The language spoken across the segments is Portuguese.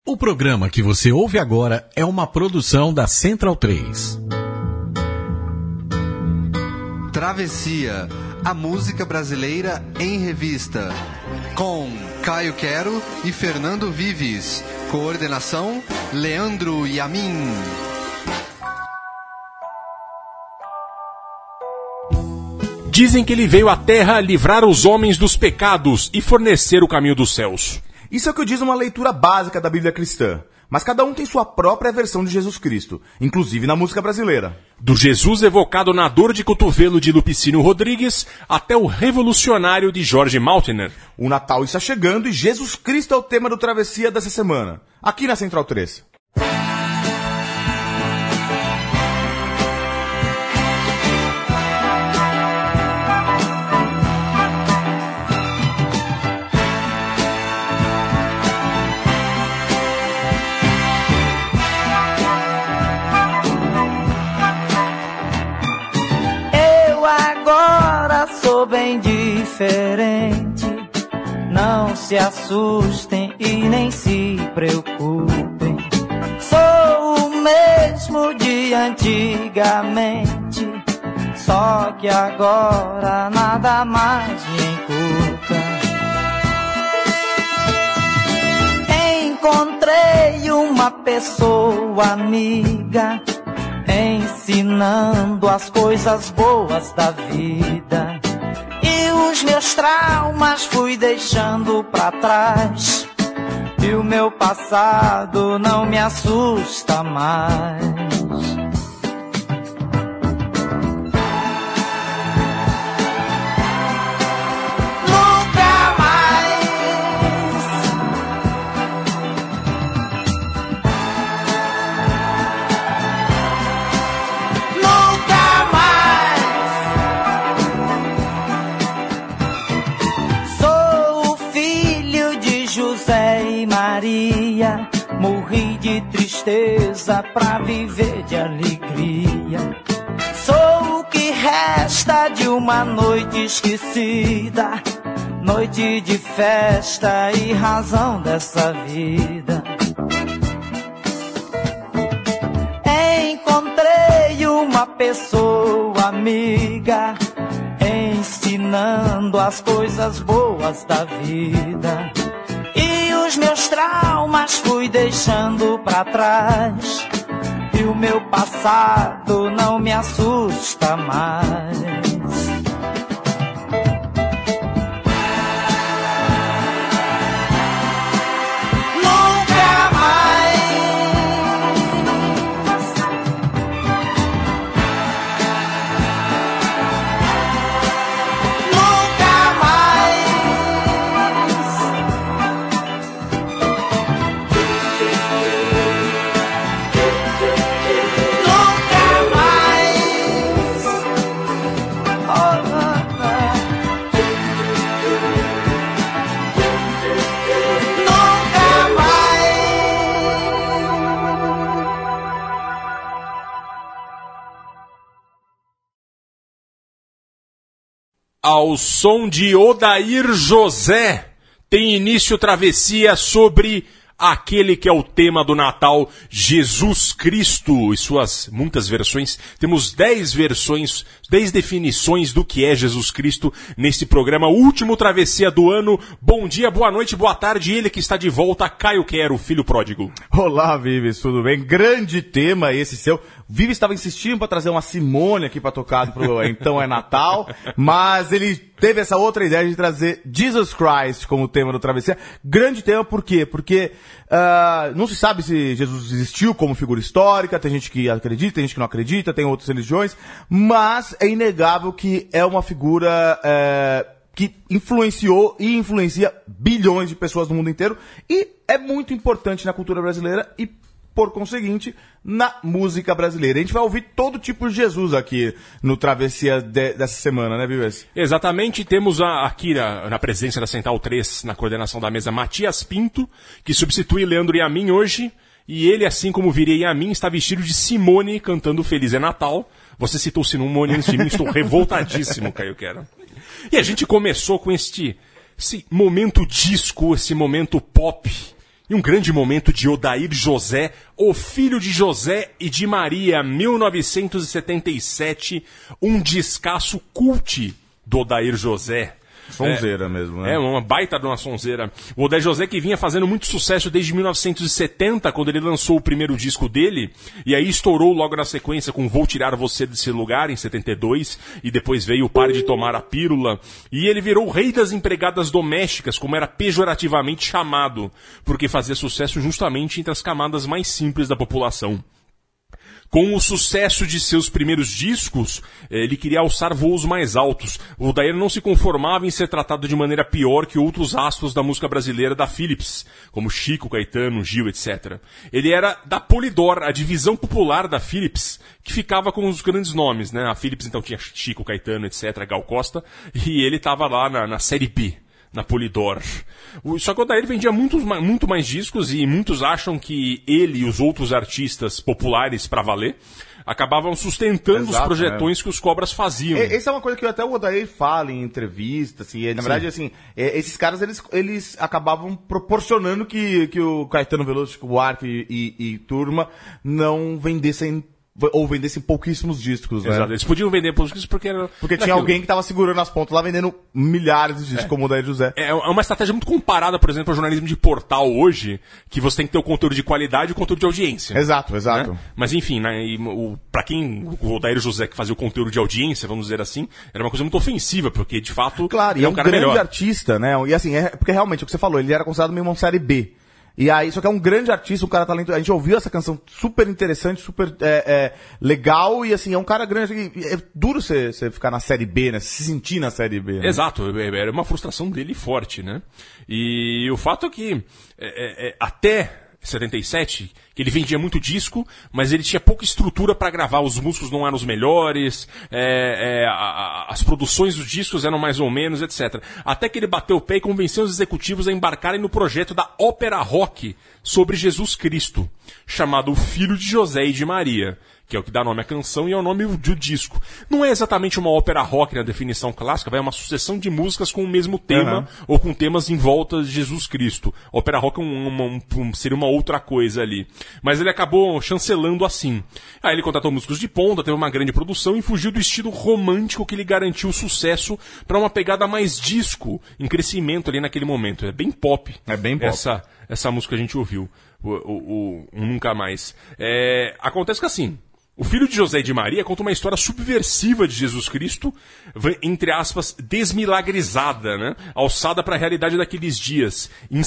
O programa que você ouve agora é uma produção da Central 3. Travessia, a música brasileira em revista. Com Caio Quero e Fernando Vives. Coordenação, Leandro Yamin. Dizem que ele veio à Terra livrar os homens dos pecados e fornecer o caminho dos céus. Isso é o que diz uma leitura básica da Bíblia cristã. Mas cada um tem sua própria versão de Jesus Cristo, inclusive na música brasileira. Do Jesus evocado na dor de cotovelo de Lupicínio Rodrigues até o revolucionário de Jorge Maltner. O Natal está chegando e Jesus Cristo é o tema do Travessia dessa semana, aqui na Central 3. Sou bem diferente, não se assustem e nem se preocupem. Sou o mesmo de antigamente, só que agora nada mais me encurta. Encontrei uma pessoa amiga, ensinando as coisas boas da vida. E os meus traumas fui deixando pra trás. E o meu passado não me assusta mais. Morri de tristeza pra viver de alegria. Sou o que resta de uma noite esquecida, noite de festa e razão dessa vida. Encontrei uma pessoa amiga, ensinando as coisas boas da vida. E os meus traumas fui deixando pra trás. E o meu passado não me assusta mais. Ao som de Odair José, tem início Travessia sobre aquele que é o tema do Natal, Jesus Cristo e suas muitas versões. Temos 10 versões, 10 definições do que é Jesus Cristo neste programa, último Travessia do ano. Bom dia, boa noite, boa tarde. Ele que está de volta, Caio Quero, filho pródigo. Olá, Vives, tudo bem? Grande tema esse seu. Vives estava insistindo para trazer uma Simone aqui para tocar pro Então é Natal, mas ele teve essa outra ideia de trazer Jesus Christ como tema do Travessia. Grande tema, por quê? Porque não se sabe se Jesus existiu como figura histórica, tem gente que acredita, tem gente que não acredita, tem outras religiões, mas é inegável que é uma figura que influenciou e influencia bilhões de pessoas no mundo inteiro e é muito importante na cultura brasileira e, por conseguinte, na música brasileira. A gente vai ouvir todo tipo de Jesus aqui no Travessia dessa semana, né, Vives? Exatamente. Temos aqui na presença da Central 3, na coordenação da mesa, Matias Pinto, que substitui Leandro Yamin hoje. E ele, assim como virei Yamin, está vestido de Simone cantando Feliz é Natal. Você citou Simone antes de mim, estou revoltadíssimo, Caio Quero. E a gente começou com esse momento disco, esse momento pop, E um grande momento de Odair José, o filho de José e de Maria, 1977, um descasso cult do Odair José. Sonzeira mesmo, né? É, uma baita de uma sonzeira. O Odair José que vinha fazendo muito sucesso desde 1970, quando ele lançou o primeiro disco dele, e aí estourou logo na sequência com Vou Tirar Você Desse Lugar, em 72, e depois veio Pare de Tomar a Pílula, e ele virou o rei das empregadas domésticas, como era pejorativamente chamado, porque fazia sucesso justamente entre as camadas mais simples da população. Com o sucesso de seus primeiros discos, ele queria alçar voos mais altos. O Odair não se conformava em ser tratado de maneira pior que outros astros da música brasileira da Philips, como Chico, Caetano, Gil, etc. Ele era da Polydor, a divisão popular da Philips, que ficava com os grandes nomes, né? A Philips então tinha Chico, Caetano, etc., Gal Costa, e ele estava lá na série B. Na Polydor. Só que o Odair vendia muito mais discos e muitos acham que ele e os outros artistas populares pra valer acabavam sustentando os projetões que os Cobras faziam. Essa é uma coisa que até o Odair fala em entrevista, assim, na verdade, assim, esses caras, eles acabavam proporcionando que o Caetano Veloso, Chico Buarque e turma não vendessem ou vendessem pouquíssimos discos, né? Exato, eles podiam vender pouquíssimos porque tinha alguém que tava segurando as pontas lá vendendo milhares de discos, como o Odair José. É uma estratégia muito comparada, por exemplo, ao jornalismo de portal hoje, que você tem que ter o conteúdo de qualidade e o conteúdo de audiência. Exato. Né? Mas enfim, né, pra quem o Odair José que fazia o conteúdo de audiência, vamos dizer assim, era uma coisa muito ofensiva, porque de fato claro, é um cara grande melhor. Artista, né? E assim, porque realmente, o que você falou, ele era considerado meio uma série B. E aí, só que é um grande artista, um cara talentoso. A gente ouviu essa canção super interessante, super legal, e assim, é um cara grande. É duro você ficar na série B, né? Se sentir na série B. Né? Exato, era uma frustração dele forte, né? E o fato é que até 77, que ele vendia muito disco, mas ele tinha pouca estrutura para gravar, os músicos não eram os melhores, as produções dos discos eram mais ou menos, etc. Até que ele bateu o pé e convenceu os executivos a embarcarem no projeto da ópera rock sobre Jesus Cristo, chamado O Filho de José e de Maria, que é o que dá nome à canção e é o nome do disco. Não é exatamente uma ópera rock na definição clássica, é uma sucessão de músicas com o mesmo tema, ou com temas em volta de Jesus Cristo. Ópera rock seria uma outra coisa ali. Mas ele acabou chancelando assim. Aí ele contratou músicos de ponta, teve uma grande produção e fugiu do estilo romântico que lhe garantiu sucesso para uma pegada mais disco, em crescimento ali naquele momento. É bem pop. É bem pop. Essa música que a gente ouviu. O Nunca Mais. Acontece que assim, o Filho de José e de Maria conta uma história subversiva de Jesus Cristo, entre aspas, desmilagrizada, né? Alçada para a realidade daqueles dias. Em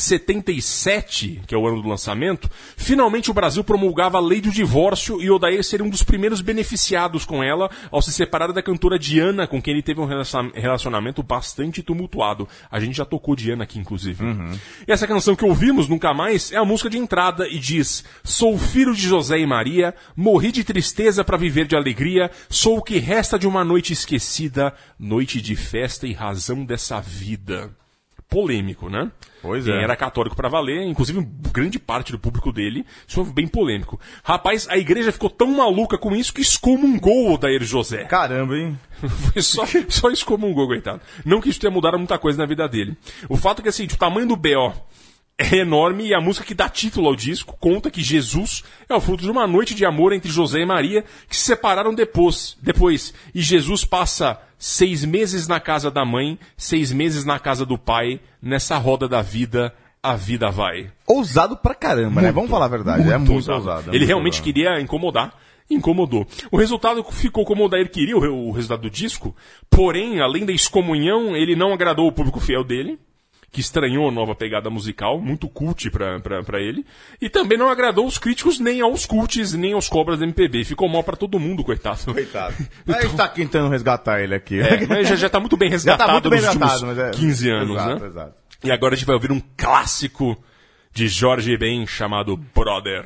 77, que é o ano do lançamento, finalmente o Brasil promulgava a lei do divórcio e Odair seria um dos primeiros beneficiados com ela ao se separar da cantora Diana, com quem ele teve um relacionamento bastante tumultuado. A gente já tocou Diana aqui, inclusive. E essa canção que ouvimos, Nunca Mais, é a música de entrada e diz: sou filho de José e Maria, morri de tristeza para viver de alegria, sou o que resta de uma noite esquecida, noite de festa e razão dessa vida. Polêmico, né? Pois Quem era católico pra valer, inclusive grande parte do público dele, isso foi bem polêmico. Rapaz, a igreja ficou tão maluca com isso que excomungou o Odair José. Caramba, hein? Foi só excomungou, coitado. Não que isso tenha mudado muita coisa na vida dele. O fato é que assim, o tamanho do B.O. é enorme e a música que dá título ao disco conta que Jesus é o fruto de uma noite de amor entre José e Maria que se separaram depois. E Jesus passa 6 meses na casa da mãe, 6 meses na casa do pai, nessa roda da vida, a vida vai. Ousado pra caramba, né? Vamos falar a verdade, é muito ousado. Ele realmente queria incomodar. Incomodou. O resultado ficou como o Odair queria, o resultado do disco, porém, além da excomunhão, ele não agradou o público fiel dele, que estranhou a nova pegada musical, muito cult pra ele, e também não agradou os críticos nem aos cults, nem aos cobras da MPB. Ficou mal pra todo mundo, coitado. Coitado. Mas a gente tá tentando resgatar ele aqui. Mas já tá muito bem resgatado nos últimos 15 anos, exato, né? Exato. E agora a gente vai ouvir um clássico de Jorge Ben chamado Brother.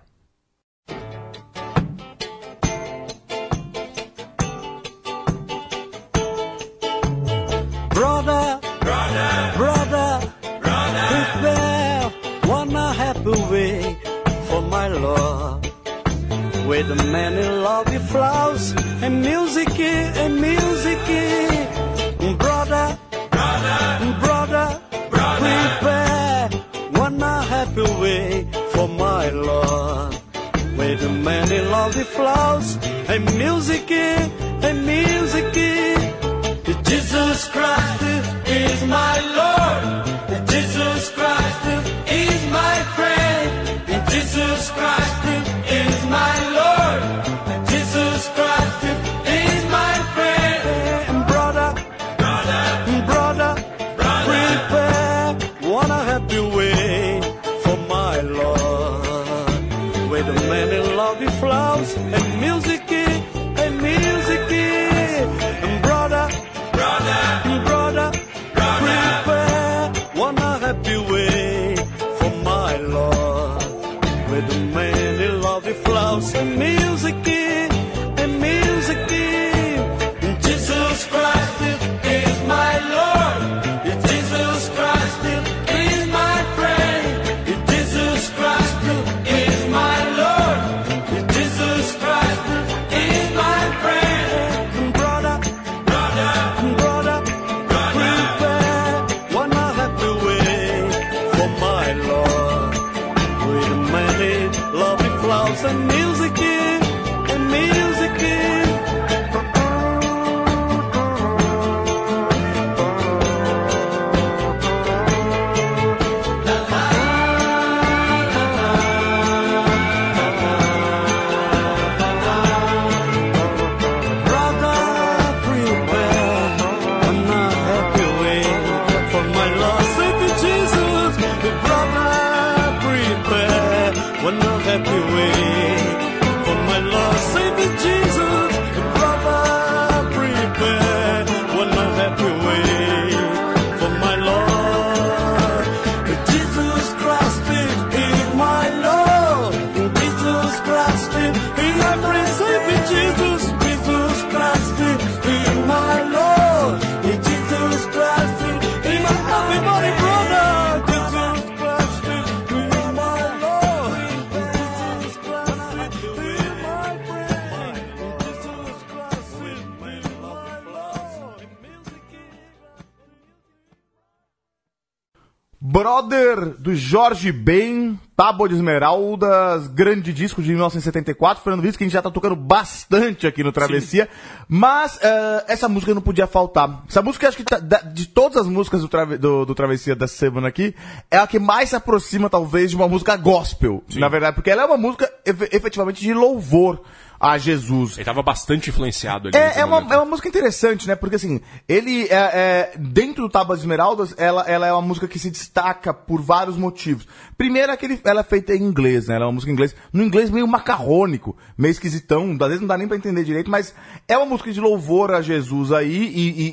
Brother, prepare one happy way for my love, with many lovely flowers and music, brother, prepare one happy way for my Lord. With many lovely flowers and music, Jesus Christ is my Lord. Jesus Christ is my friend. Jesus Christ is my Lord. Jesus Christ is my friend. Brother, prepare one happy way for my Lord. With many lovely flowers and music, brother, prepare one happy way for my Lord. With many lovely flowers and music, Jesus Christ is my Lord. Jesus Christ is my friend. Jesus Christ is my Lord. Jesus Christ is my friend. Brother, prepare one happy way for my Lord. With many lovely flowers and music, Brother, do Jorge Ben, Tábua de Esmeraldas, grande disco de 1974, Fernando Vives, que a gente já tá tocando bastante aqui no Travessia, sim. Mas essa música não podia faltar. Essa música, acho que de todas as músicas do Travessia dessa semana aqui, é a que mais se aproxima, talvez, de uma música gospel, sim. Na verdade, porque ela é uma música efetivamente de louvor a Jesus. Ele estava bastante influenciado ali. É uma música interessante, né? Porque assim, ele dentro do Tábua de Esmeraldas, ela é uma música que se destaca por vários motivos. Primeiro é que ela é feita em inglês, né? Ela é uma música em inglês, no inglês meio macarrônico, meio esquisitão, às vezes não dá nem pra entender direito, mas é uma música de louvor a Jesus aí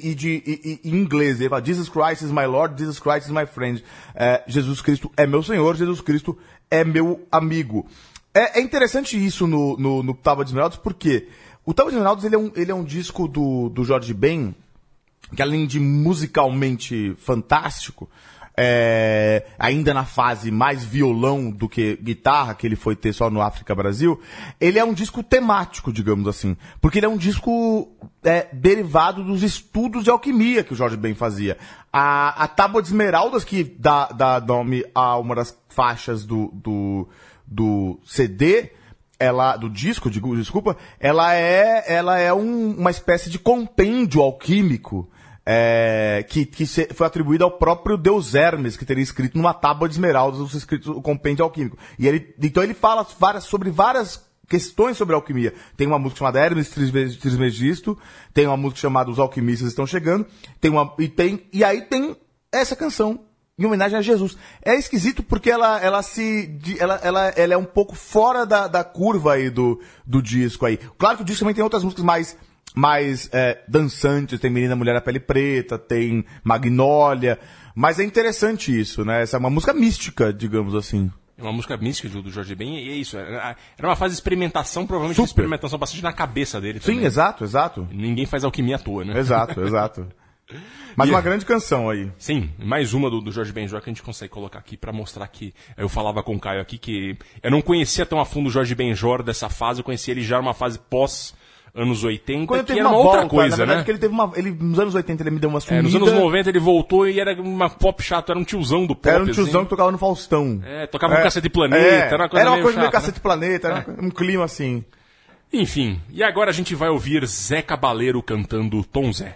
e em inglês. Ele fala, Jesus Christ is my Lord, Jesus Christ is my friend. Jesus Cristo é meu Senhor, Jesus Cristo é meu amigo. É interessante isso no Tábua de Esmeraldas, porque o Tábua de Esmeraldas ele é um disco do Jorge Ben, que além de musicalmente fantástico, ainda na fase mais violão do que guitarra, que ele foi ter só no África Brasil, ele é um disco temático, digamos assim, porque ele é um disco derivado dos estudos de alquimia que o Jorge Ben fazia. A Tábua de Esmeraldas, que dá nome a uma das faixas do CD, do disco, desculpa, ela é uma espécie de compêndio alquímico, que foi atribuído ao próprio deus Hermes, que teria escrito numa tábua de esmeraldas o compêndio alquímico. Então ele fala sobre várias questões sobre alquimia. Tem uma música chamada Hermes Trismegisto, tem uma música chamada Os Alquimistas Estão Chegando, e aí tem essa canção em homenagem a Jesus. É esquisito porque ela é um pouco fora da curva aí do disco aí. Claro que o disco também tem outras músicas mais dançantes, tem Menina Mulher a Pele Preta, tem Magnólia, mas é interessante isso, né? Essa é uma música mística, digamos assim. É uma música mística do Jorge Ben, e é isso. Era uma fase de experimentação, provavelmente de experimentação bastante na cabeça dele também. Sim, exato. Ninguém faz alquimia à toa, né? Exato. Mas uma grande canção aí. Sim, mais uma do Jorge Benjor que a gente consegue colocar aqui pra mostrar que... Eu falava com o Caio aqui que eu não conhecia tão a fundo o Jorge Benjor dessa fase, eu conhecia ele já numa fase pós anos 80, Quando que teve era uma volta, outra coisa, na verdade, né? que ele teve ele, nos anos 80 ele me deu uma sumida. Nos anos 90 ele voltou e era uma pop chato, era um tiozão do pop. Era um tiozão assim. que tocava no Faustão. Tocava no Cacete Planeta, era uma coisa meio meio chata, Cacete Planeta, era um clima assim. Enfim, e agora a gente vai ouvir Zé Cabaleiro cantando Tom Zé.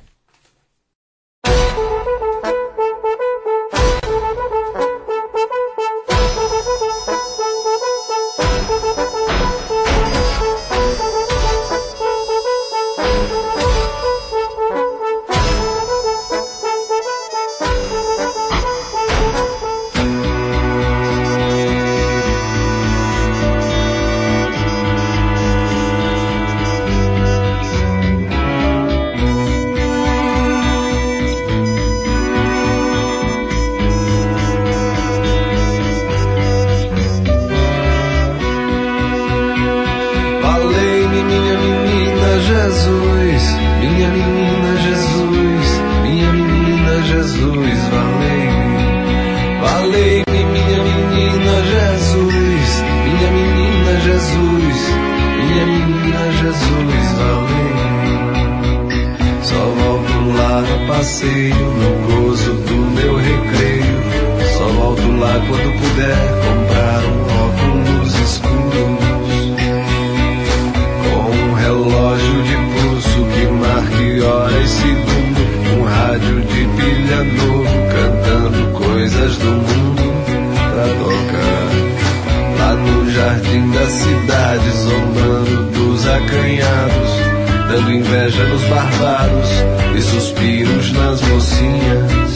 passeio, no gozo do meu recreio. Só volto lá quando puder comprar óculos escuros, com um relógio de pulso que marque hora e segundo, um rádio de pilha novo cantando coisas do mundo pra tocar. Lá no jardim da cidade, zombando dos acanhados, dando inveja nos barbados e suspiros nas mocinhas.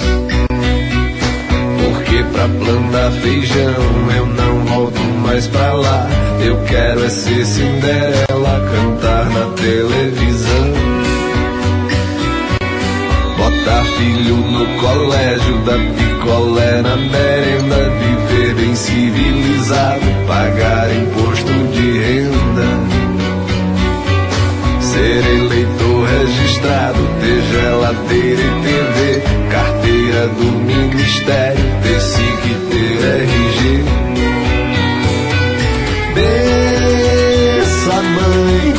Porque pra plantar feijão eu não volto mais pra lá. Eu quero é ser Cinderela, cantar na televisão, botar filho no colégio, dar picolé na merenda, viver bem civilizado, pagar imposto de renda, ser eleitor registrado, ter geladeira e TV, carteira do ministério, ter SIC e ter RG. Desça, mãe,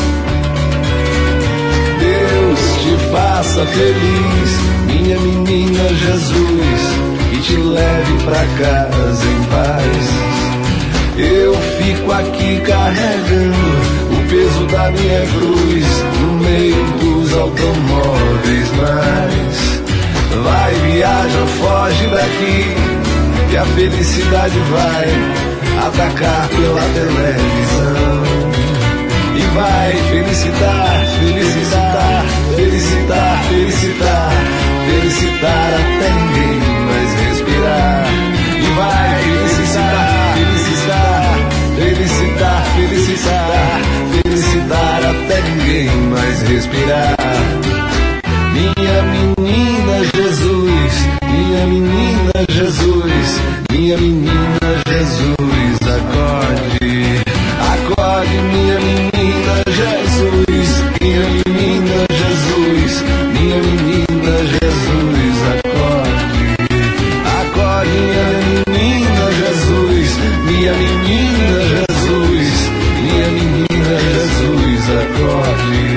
Deus te faça feliz, minha menina Jesus, e te leve pra casa em paz. Eu fico aqui carregando o peso da minha cruz no meio dos automóveis, mas vai, viaja, foge daqui, que a felicidade vai atacar pela televisão. E vai felicitar, felicitar, felicitar, felicitar, felicitar até ninguém mais respirar. E vai felicitar, felicitar, felicitar, felicitar, felicitar até ninguém mais respirar. Minha menina Jesus, minha menina Jesus, minha menina Jesus, acorde, acorde, minha menina Jesus, minha menina Jesus, minha menina Jesus, acorde, acorde, minha menina Jesus, minha menina Jesus, minha menina Jesus, acorde.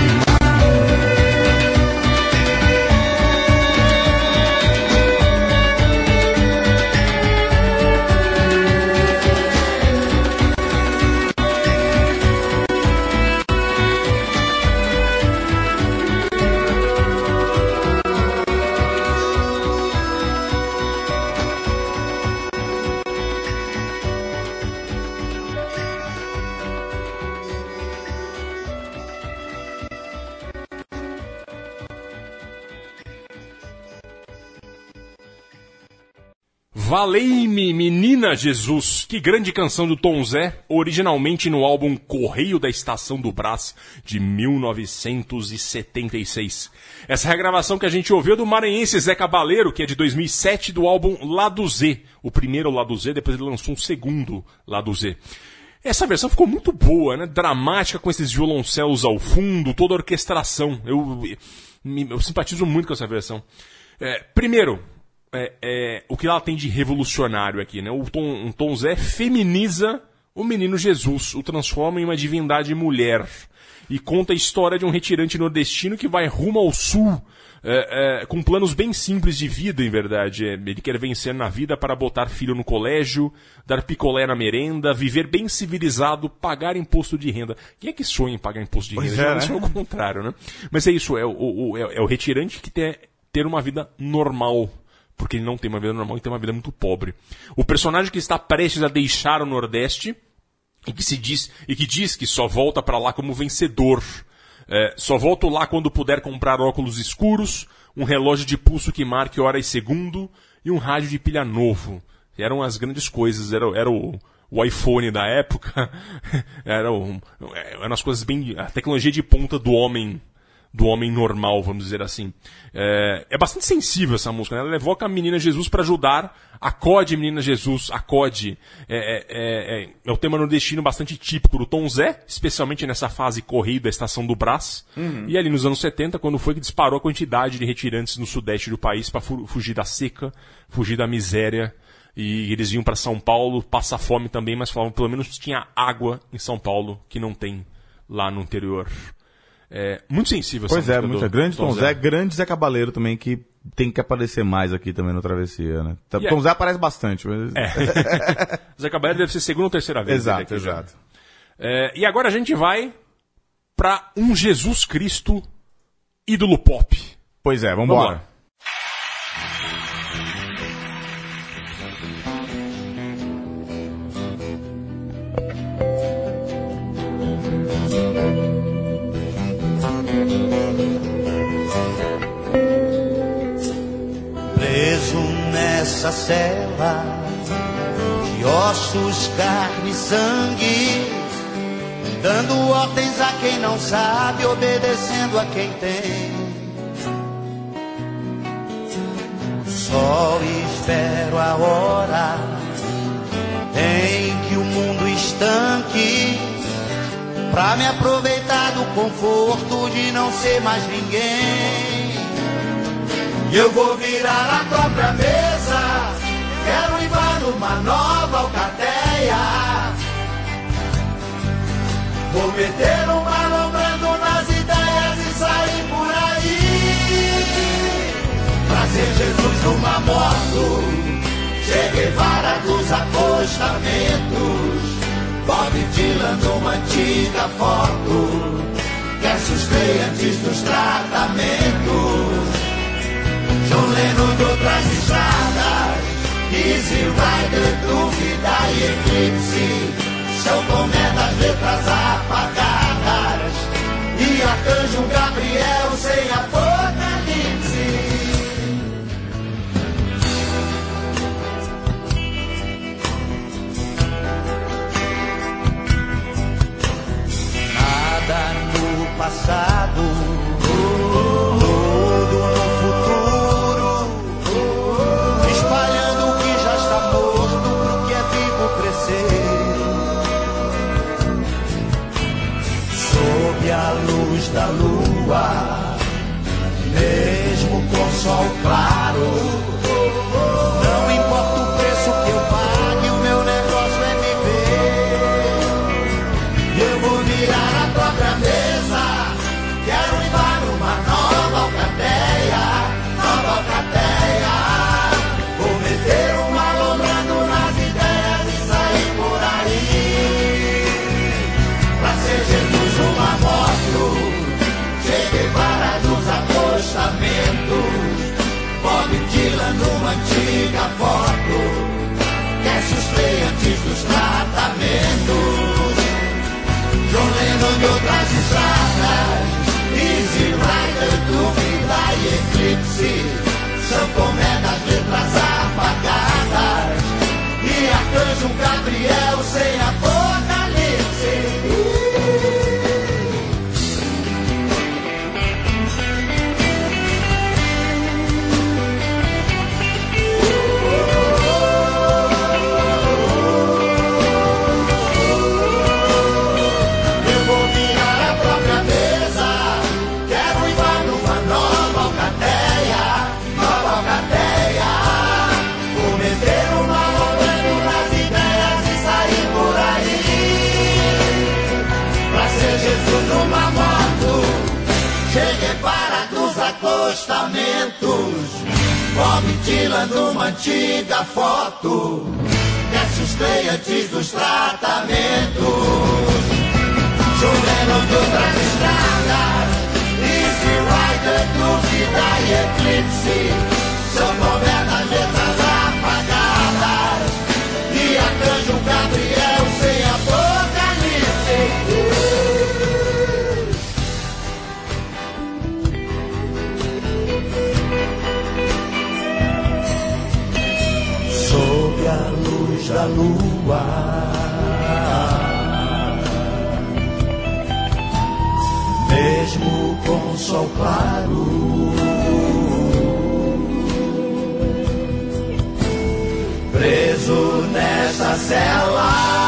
Valei-me, Menina Jesus, que grande canção do Tom Zé, originalmente no álbum Correio da Estação do Brás, de 1976. Essa regravação que a gente ouviu é do maranhense Zé Cabaleiro, que é de 2007, do álbum Lado Z. O primeiro Lado Z, depois ele lançou um segundo Lado Z. Essa versão ficou muito boa, né? Dramática, com esses violoncelos ao fundo, toda a orquestração. Eu simpatizo muito com essa versão. Primeiro, o que ela tem de revolucionário aqui, né? O Tom Zé feminiza o menino Jesus, o transforma em uma divindade mulher. e conta a história de um retirante nordestino que vai rumo ao sul, com planos bem simples de vida, em verdade. Ele quer vencer na vida para botar filho no colégio, dar picolé na merenda, viver bem civilizado, pagar imposto de renda. Quem é que sonha em pagar imposto de renda? Geralmente é o contrário, né? Mas é isso, é o retirante que ter uma vida normal. Porque ele não tem uma vida normal e tem uma vida muito pobre. O personagem que está prestes a deixar o Nordeste e que diz que só volta para lá como vencedor. Só volto lá quando puder comprar óculos escuros, um relógio de pulso que marque hora e segundo e um rádio de pilha novo. Eram as grandes coisas, era o iPhone da época, eram as coisas bem... a tecnologia de ponta do homem normal, vamos dizer assim. É bastante sensível essa música, né? Ela evoca a Menina Jesus para ajudar. Acode, Menina Jesus, acode. É um tema nordestino bastante típico do Tom Zé, especialmente nessa fase correio da Estação do Brás. E ali nos anos 70, quando foi que disparou a quantidade de retirantes no sudeste do país para fugir da seca, fugir da miséria. E eles vinham para São Paulo, passar fome também, mas falavam pelo menos tinha água em São Paulo, que não tem lá no interior. Muito sensível essa música. Muito grande Tom Zé, grande Zé Cabaleiro também, que tem que aparecer mais aqui também no Travessia, né? Tom Zé aparece bastante. Mas... Zé Cabaleiro deve ser a segunda ou terceira vez. Exato. E agora a gente vai para um Jesus Cristo ídolo pop. Pois é, vamos embora. Preso nessa cela de ossos, carne e sangue, dando ordens a quem não sabe, obedecendo a quem tem. Só espero a hora em que o mundo estanque, pra me aproveitar do conforto de não ser mais ninguém. Eu vou virar a própria mesa, quero ir numa nova alcateia. Vou meter um malombrando nas ideias e sair por aí. Pra ser Jesus numa moto, Che Guevara dos acostamentos, Bob Dylan numa antiga foto, Cassius Clay antes dos tratamentos, John Lennon de outras estradas, Easy Rider, Dúvida e Eclipse, São Tomé das letras apagadas e Arcanjo Gabriel sem Apocalipse. Nada no passado, tudo no futuro, espalhando o que já está morto pro que é vivo crescer. Sob a luz da lua, mesmo com sol claro, não importa o preço que eu pague, o meu negócio é viver. Eu vou virar a própria mesa, quero ir numa nova alcateia, nova alcateia. Vou meter um malombrando nas ideias e sair por aí. Pra ser Jesus numa moto, Che Guevara dos acostamentos, Bob Dylan numa antiga foto, Cassius Clay antes dos tratamentos, John Lennon de outras estradas, Easy Rider, Dúvida e Eclipse, São Tomé das letras apagadas e Arcanjo Gabriel sem Apocalipse. Nova alcateia, nova alcateia. acostamentos. Bob Dylan numa antiga foto, desce os cleiantes dos tratamentos. John Lennon de outras estradas, Easy Rider, dúvida e eclipse, São Tomé das letras apagadas, e Arcanjo Gabriel sem apocalipse. Sob a luz da lua, mesmo com sol claro, preso nessa cela.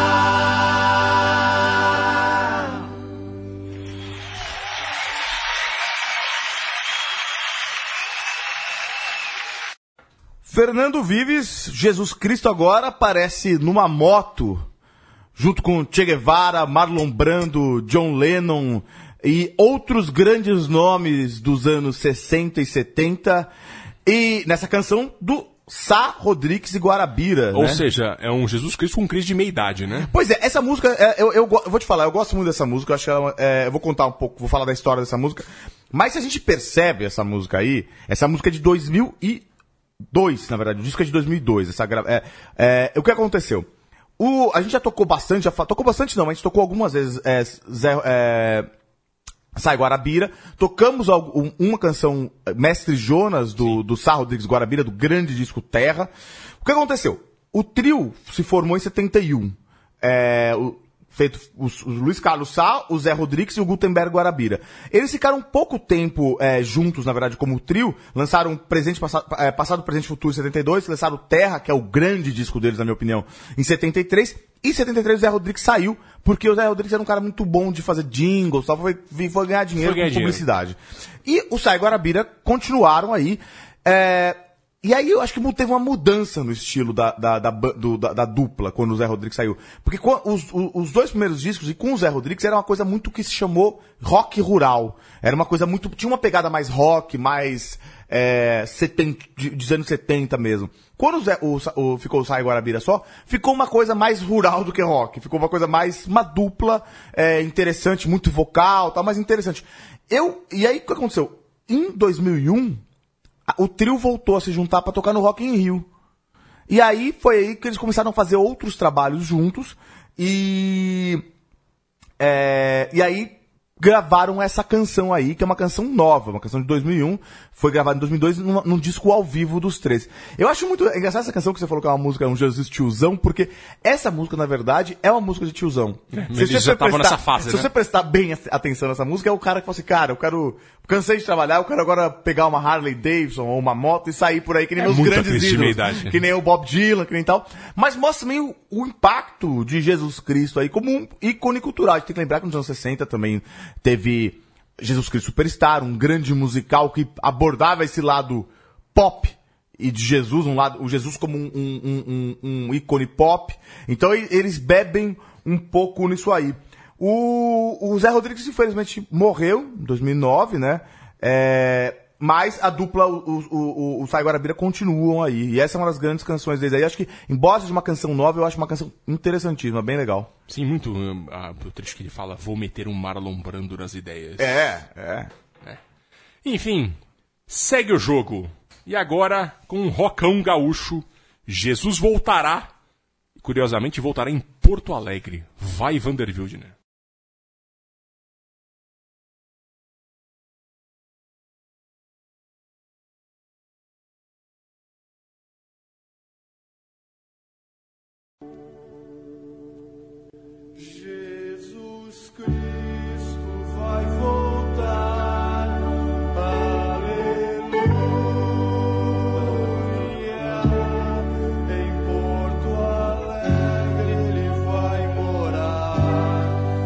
Fernando Vives, Jesus Cristo agora aparece numa moto, junto com Che Guevara, Marlon Brando, John Lennon e outros grandes nomes dos anos 60 e 70, e nessa canção do Sá Rodrigues e Guarabira. Ou né? seja, é um Jesus Cristo com crise de meia-idade, né? Pois é, essa música, eu vou te falar, eu gosto muito dessa música, eu acho que ela, eu vou contar um pouco, vou falar da história dessa música, mas se a gente percebe essa música aí, essa música é de 2002, na verdade, o disco é de 2002, o que aconteceu? A gente já tocou bastante, mas a gente tocou algumas vezes Sai Guarabira, tocamos uma canção Mestre Jonas do Sá Rodrigues Guarabira, do grande disco Terra. O que aconteceu? O trio se formou em 71. Feito o Luiz Carlos Sá, o Zé Rodrigues e o Gutenberg Guarabira. Eles ficaram pouco tempo juntos, na verdade, como trio. Lançaram Passado, Presente e Futuro em 72, lançaram Terra, que é o grande disco deles, na minha opinião, em 73. E em 73 o Zé Rodrigues saiu, porque o Zé Rodrigues era um cara muito bom de fazer jingles, só foi ganhar dinheiro com publicidade. E o Sá e Guarabira continuaram aí. E aí eu acho que teve uma mudança no estilo da dupla quando o Zé Rodrigues saiu. Porque os dois primeiros discos, e com o Zé Rodrigues, era uma coisa muito que se chamou rock rural. Era uma coisa muito... Tinha uma pegada mais rock, mais... dos anos 70 mesmo. Quando ficou o Sá e Guarabira só, ficou uma coisa mais rural do que rock. Ficou uma coisa mais... Uma dupla interessante, muito vocal, tal, mas interessante. E aí o que aconteceu? Em 2001... o trio voltou a se juntar pra tocar no Rock in Rio. E aí foi aí que eles começaram a fazer outros trabalhos juntos. E aí gravaram essa canção aí, que é uma canção nova, uma canção de 2001. Foi gravada em 2002 num disco ao vivo dos três. Eu acho muito engraçada essa canção que você falou que é uma música, um Jesus tiozão, porque essa música, na verdade, é uma música de tiozão. Eles já estavam nessa fase, Se você prestar bem atenção nessa música, é o cara que fala assim, cara, cansei de trabalhar, eu quero agora pegar uma Harley Davidson ou uma moto e sair por aí que nem meus grandes ídolos. Que nem o Bob Dylan, que nem tal. Mas mostra também o impacto de Jesus Cristo aí como um ícone cultural. A gente tem que lembrar que nos anos 60 também teve Jesus Cristo Superstar, um grande musical que abordava esse lado pop e de Jesus, o Jesus como um ícone pop. Então eles bebem um pouco nisso aí. O Zé Rodrigues, infelizmente, morreu em 2009, né? Mas a dupla, o Sá e Guarabira, continuam aí. E essa é uma das grandes canções deles aí. Acho que, embora seja uma canção nova, eu acho uma canção interessantíssima, bem legal. Sim, muito. O trecho que ele fala, vou meter um Marlon Brando nas ideias. Enfim, segue o jogo. E agora, com um rockão gaúcho, Jesus voltará. Curiosamente, voltará em Porto Alegre. Vai, Vander Wildner. Jesus Cristo vai voltar, aleluia, em Porto Alegre ele vai morar,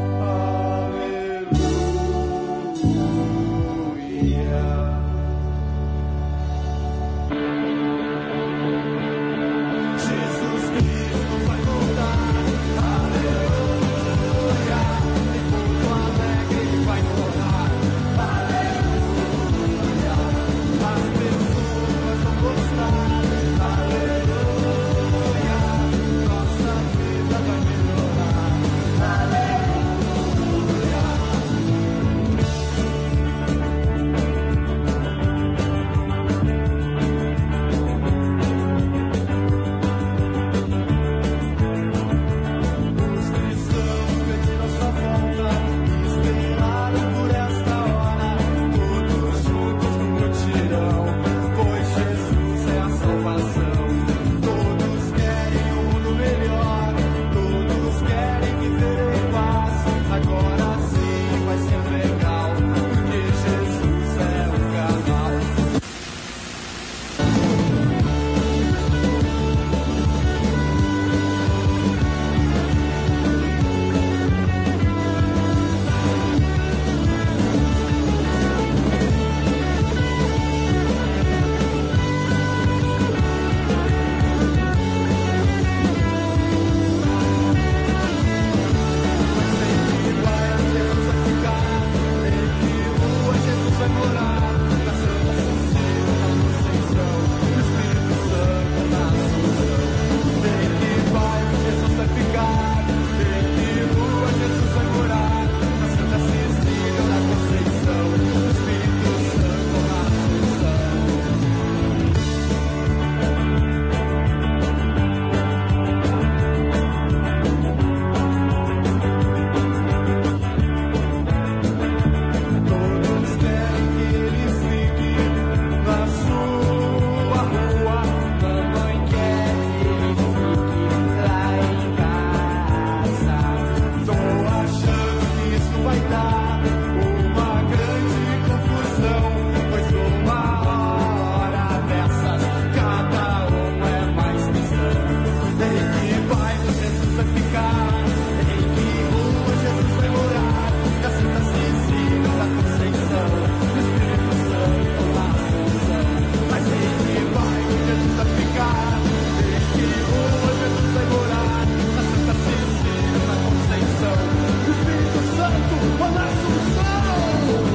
Santo, ou na Assunção.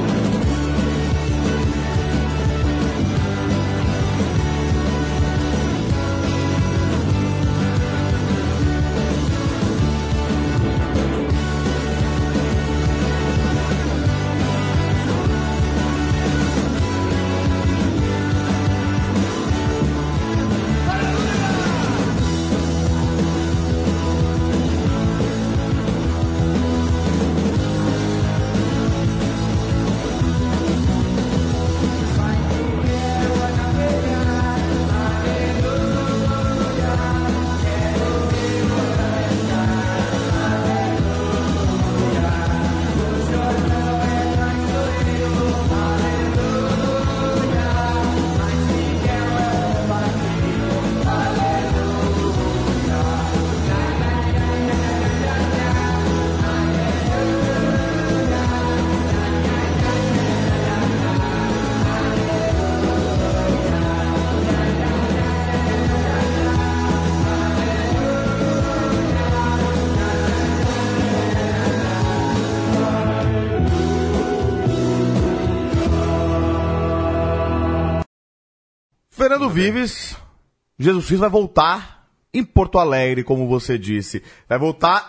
Fernando Vives, Jesus Cristo vai voltar em Porto Alegre, como você disse. Vai voltar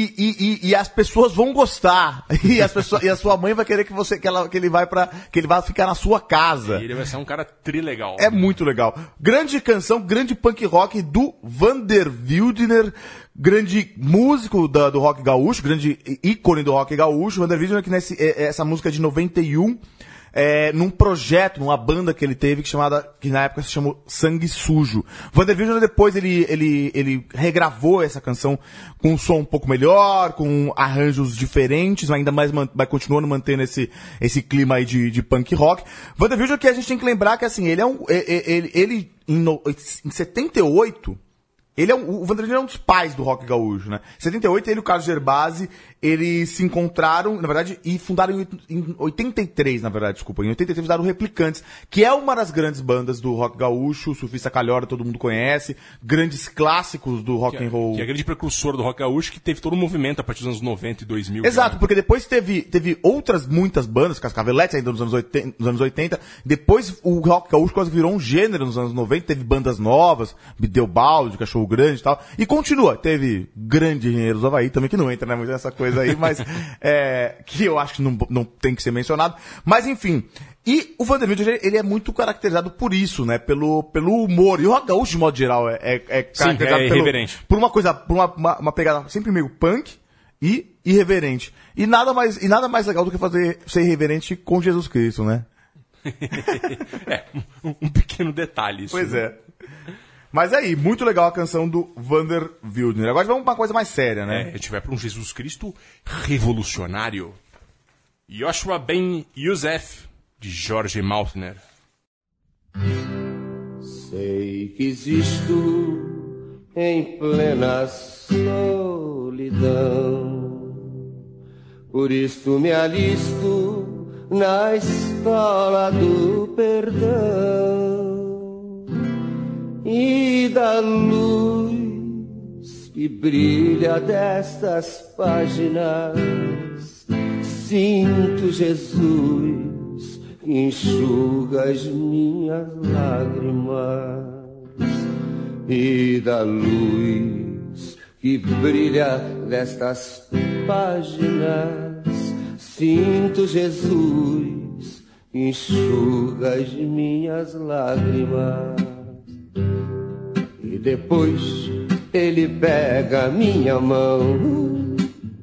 e as pessoas vão gostar. E a sua mãe vai querer que ele vá ficar na sua casa. E ele vai ser um cara trilegal. É muito legal. Grande canção, grande punk rock do Vander Wildner, grande músico do rock gaúcho, grande ícone do rock gaúcho. Vander Wildner, que essa música é de 91. Num projeto, numa banda que ele teve, que na época se chamou Sangue Sujo. Vander Wildner depois ele regravou essa canção com um som um pouco melhor, com arranjos diferentes, ainda mais vai continuando mantendo esse clima aí de punk rock. Vander Wildner, que a gente tem que lembrar que assim, ele em 78, o Vander Wildner é um dos pais do rock gaúcho, né? Em 78, ele e o Carlos Gervasi, eles se encontraram, na verdade, e fundaram em 83, na verdade, desculpa. Em 83 fundaram o Replicantes, que é uma das grandes bandas do rock gaúcho, o Surfista Calhorda todo mundo conhece, grandes clássicos do rock and roll. Que é a grande precursora do rock gaúcho, que teve todo um movimento a partir dos anos 90 e 2000. Exato, porque depois teve muitas bandas, Cascaveletes ainda nos anos 80, depois o rock gaúcho quase virou um gênero nos anos 90, teve bandas novas, Bideobaldi, Cachorro Grande e tal, e continua. Teve grande Engenheiros do Havaí também, que não entra, né, muito nessa coisa aí, mas que eu acho que não tem que ser mencionado. Mas enfim, e o Vander Wildner, ele é muito caracterizado por isso, né, pelo humor. E o rock gaúcho, de modo geral, caracterizado irreverente. Por uma coisa, por uma pegada sempre meio punk e irreverente. E nada mais legal do que ser irreverente com Jesus Cristo, né? Um pequeno detalhe isso. Pois é. Mas aí, muito legal a canção do Vander Wildner. Agora vamos pra uma coisa mais séria, né? A gente vai pra um Jesus Cristo revolucionário. Yoshua Ben Yosef, de Jorge Maltner. Sei que existo em plena solidão, por isso me alisto na escola do perdão. E da luz que brilha destas páginas, sinto Jesus que enxuga as minhas lágrimas. E da luz que brilha destas páginas, sinto Jesus que enxuga as minhas lágrimas. E depois ele pega minha mão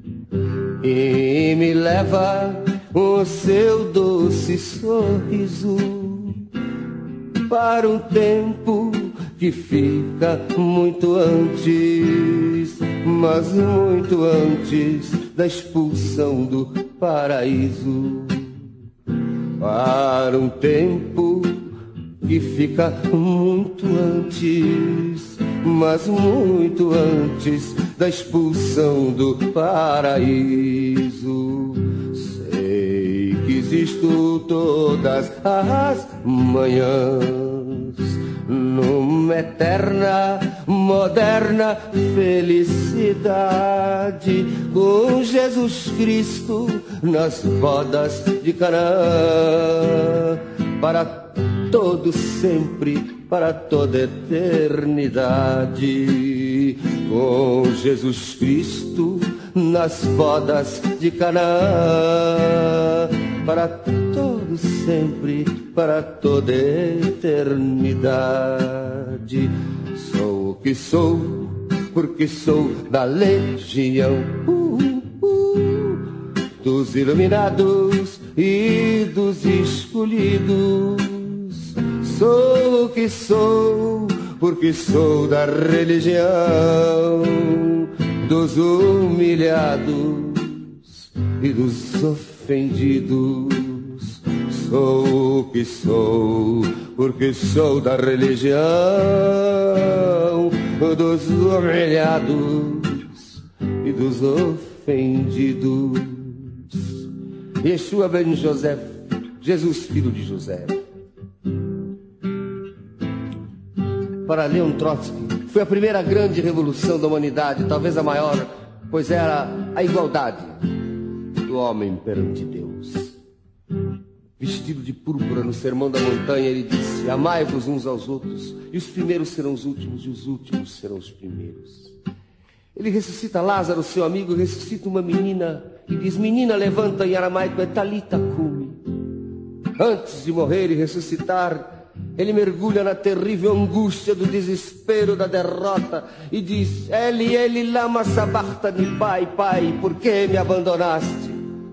e me leva o seu doce sorriso para um tempo que fica muito antes, mas muito antes da expulsão do paraíso. Para um tempo que fica muito antes, mas muito antes da expulsão do paraíso. Sei que existo todas as manhãs numa eterna moderna felicidade, com Jesus Cristo nas bodas de Canaã, para todo sempre, para toda eternidade, com Jesus Cristo nas bodas de Canaã, para todo sempre, para toda eternidade. Sou o que sou, porque sou da legião dos iluminados e dos escolhidos. Sou o que sou, porque sou da religião dos humilhados e dos ofendidos. Sou o que sou, porque sou da religião dos humilhados e dos ofendidos. Yeshua ben José, Jesus filho de José. Para Leon Trotsky, foi a primeira grande revolução da humanidade, talvez a maior, pois era a igualdade do homem perante Deus. Vestido de púrpura no Sermão da Montanha, ele disse: amai-vos uns aos outros, e os primeiros serão os últimos, e os últimos serão os primeiros. Ele ressuscita Lázaro, seu amigo, ressuscita uma menina, e diz: menina, levanta, em aramaico é Talita Cumi. Antes de morrer e ressuscitar, ele mergulha na terrível angústia do desespero, da derrota, e diz: Eli, Eli, lama sabachthani, pai, pai, por que me abandonaste?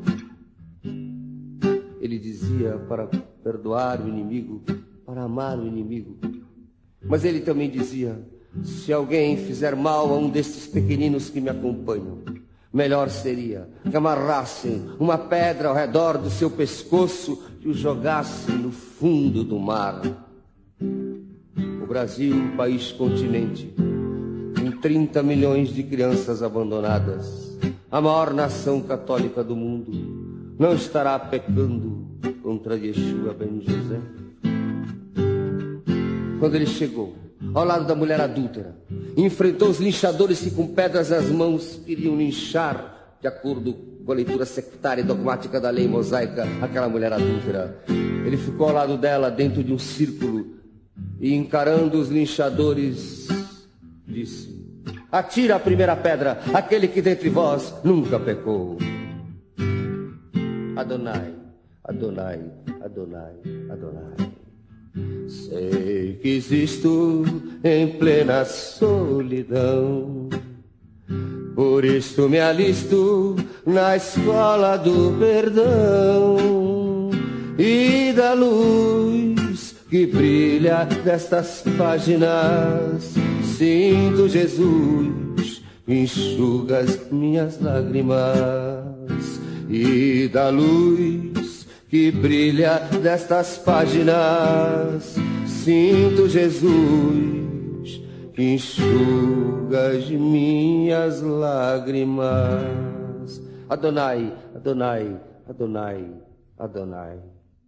Ele dizia para perdoar o inimigo, para amar o inimigo. Mas ele também dizia: se alguém fizer mal a um destes pequeninos que me acompanham, melhor seria que amarrassem uma pedra ao redor do seu pescoço e o jogassem no fundo do mar. O Brasil, país continente, com 30 milhões de crianças abandonadas, a maior nação católica do mundo, não estará pecando contra Yeshua ben José? Quando ele chegou ao lado da mulher adúltera, enfrentou os linchadores que com pedras nas mãos queriam linchar, de acordo com a leitura sectária e dogmática da lei mosaica, aquela mulher adúltera. Ele ficou ao lado dela dentro de um círculo e, encarando os linchadores, disse: atira a primeira pedra, aquele que dentre vós nunca pecou. Adonai, Adonai, Adonai, Adonai. Sei que existo em plena solidão, por isto me alisto na escola do perdão, e da luz que brilha destas páginas sinto, Jesus, enxuga as minhas lágrimas. E da luz que brilha destas páginas sinto, Jesus, que enxuga as minhas lágrimas. Adonai, Adonai, Adonai, Adonai.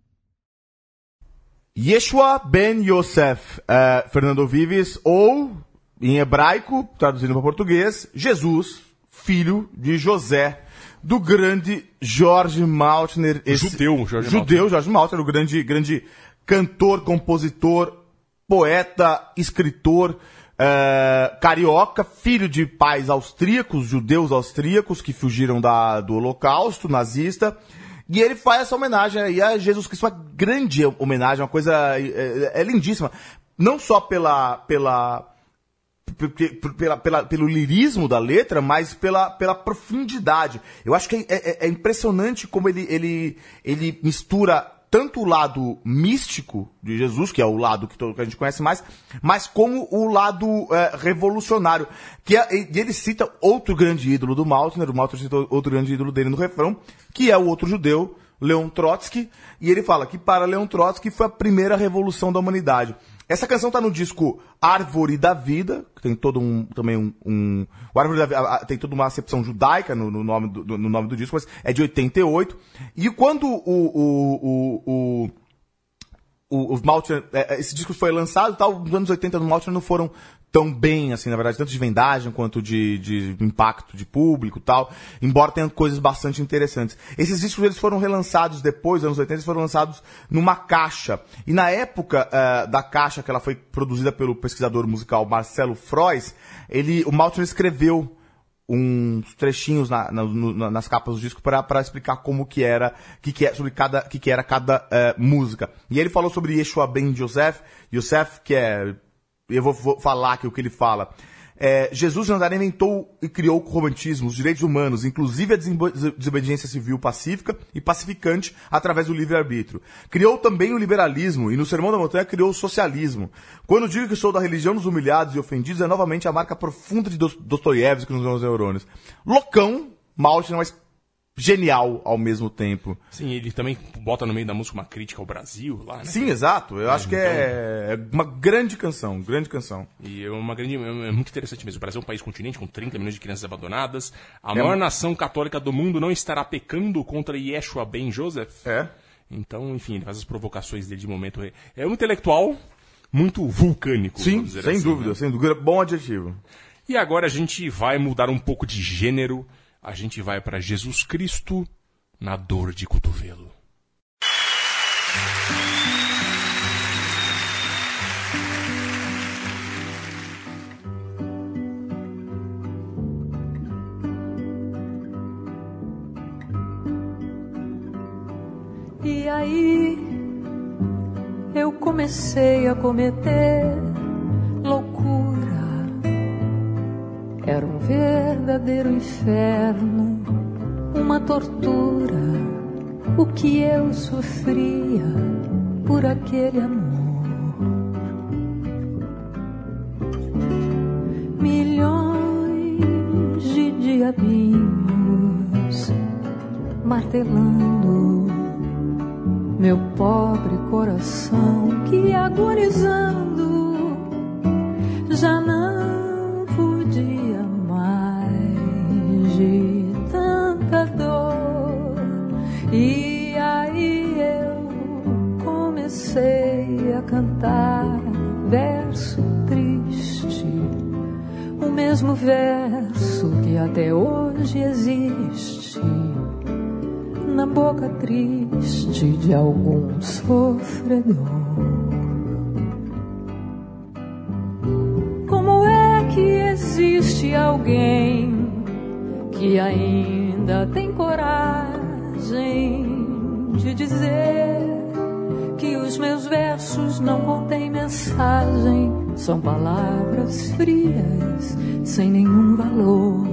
Yeshua ben Yosef, Fernando Vives, ou, em hebraico, traduzindo para português, Jesus, filho de José, do grande Jorge Maltner. Jorge Maltner, o grande cantor, compositor, poeta, escritor, carioca, filho de pais austríacos, judeus austríacos que fugiram do Holocausto nazista. E ele faz essa homenagem aí a Jesus Cristo, uma grande homenagem, uma coisa lindíssima. Não só pelo lirismo da letra, mas pela profundidade. Eu acho que é impressionante como ele mistura tanto o lado místico de Jesus, que é o lado que a gente conhece mais, mas como o lado revolucionário. E ele cita outro grande ídolo do Maltner, o Maltner cita outro grande ídolo dele no refrão, que é o outro judeu, Leon Trotsky, e ele fala que para Leon Trotsky foi a primeira revolução da humanidade. Essa canção está no disco Árvore da Vida, que tem todo o Árvore da Vida tem toda uma acepção judaica no nome do disco, mas é de 88. E quando o Maltner, esse disco foi lançado, nos anos 80 no Maltner não foram tão bem, assim, na verdade, tanto de vendagem quanto de impacto de público e tal, embora tenha coisas bastante interessantes. Esses discos, eles foram relançados depois, nos anos 80, eles foram lançados numa caixa. E na época da caixa, que ela foi produzida pelo pesquisador musical Marcelo Frois, o Maltner escreveu uns trechinhos nas capas do disco para explicar como que era, sobre que era cada música. E ele falou sobre Yeshua ben Yosef, que é, eu vou falar aqui o que ele fala. Jesus de Nazaré inventou e criou o romantismo, os direitos humanos, inclusive a desobediência civil pacífica e pacificante através do livre-arbítrio. Criou também o liberalismo e no Sermão da Montanha criou o socialismo. Quando digo que sou da religião dos humilhados e ofendidos, é novamente a marca profunda de Dostoiévski nos meus neurônios. Loucão, Maltner, mas genial ao mesmo tempo. Sim, ele também bota no meio da música uma crítica ao Brasil lá, né? Sim, exato. Eu acho que é uma grande canção, E é muito interessante mesmo. O Brasil é um país continente com 30 milhões de crianças abandonadas. A maior nação católica do mundo não estará pecando contra Yeshua ben Joseph. Então, enfim, ele faz as provocações dele de momento. É um intelectual muito vulcânico. Sim, sem dúvida. Bom adjetivo. E agora a gente vai mudar um pouco de gênero. A gente vai para Jesus Cristo na dor de cotovelo. E aí eu comecei a cometer loucura. Era um verdadeiro inferno, uma tortura, o que eu sofria por aquele amor. Milhões de diabinhos martelando meu pobre coração que agonizando já não podia mais de tanta dor. E aí eu comecei a cantar verso triste, o mesmo verso que até hoje existe na boca triste de algum sofredor. Como é que existe alguém que ainda tem coragem de dizer que os meus versos não contêm mensagem, são palavras frias sem nenhum valor?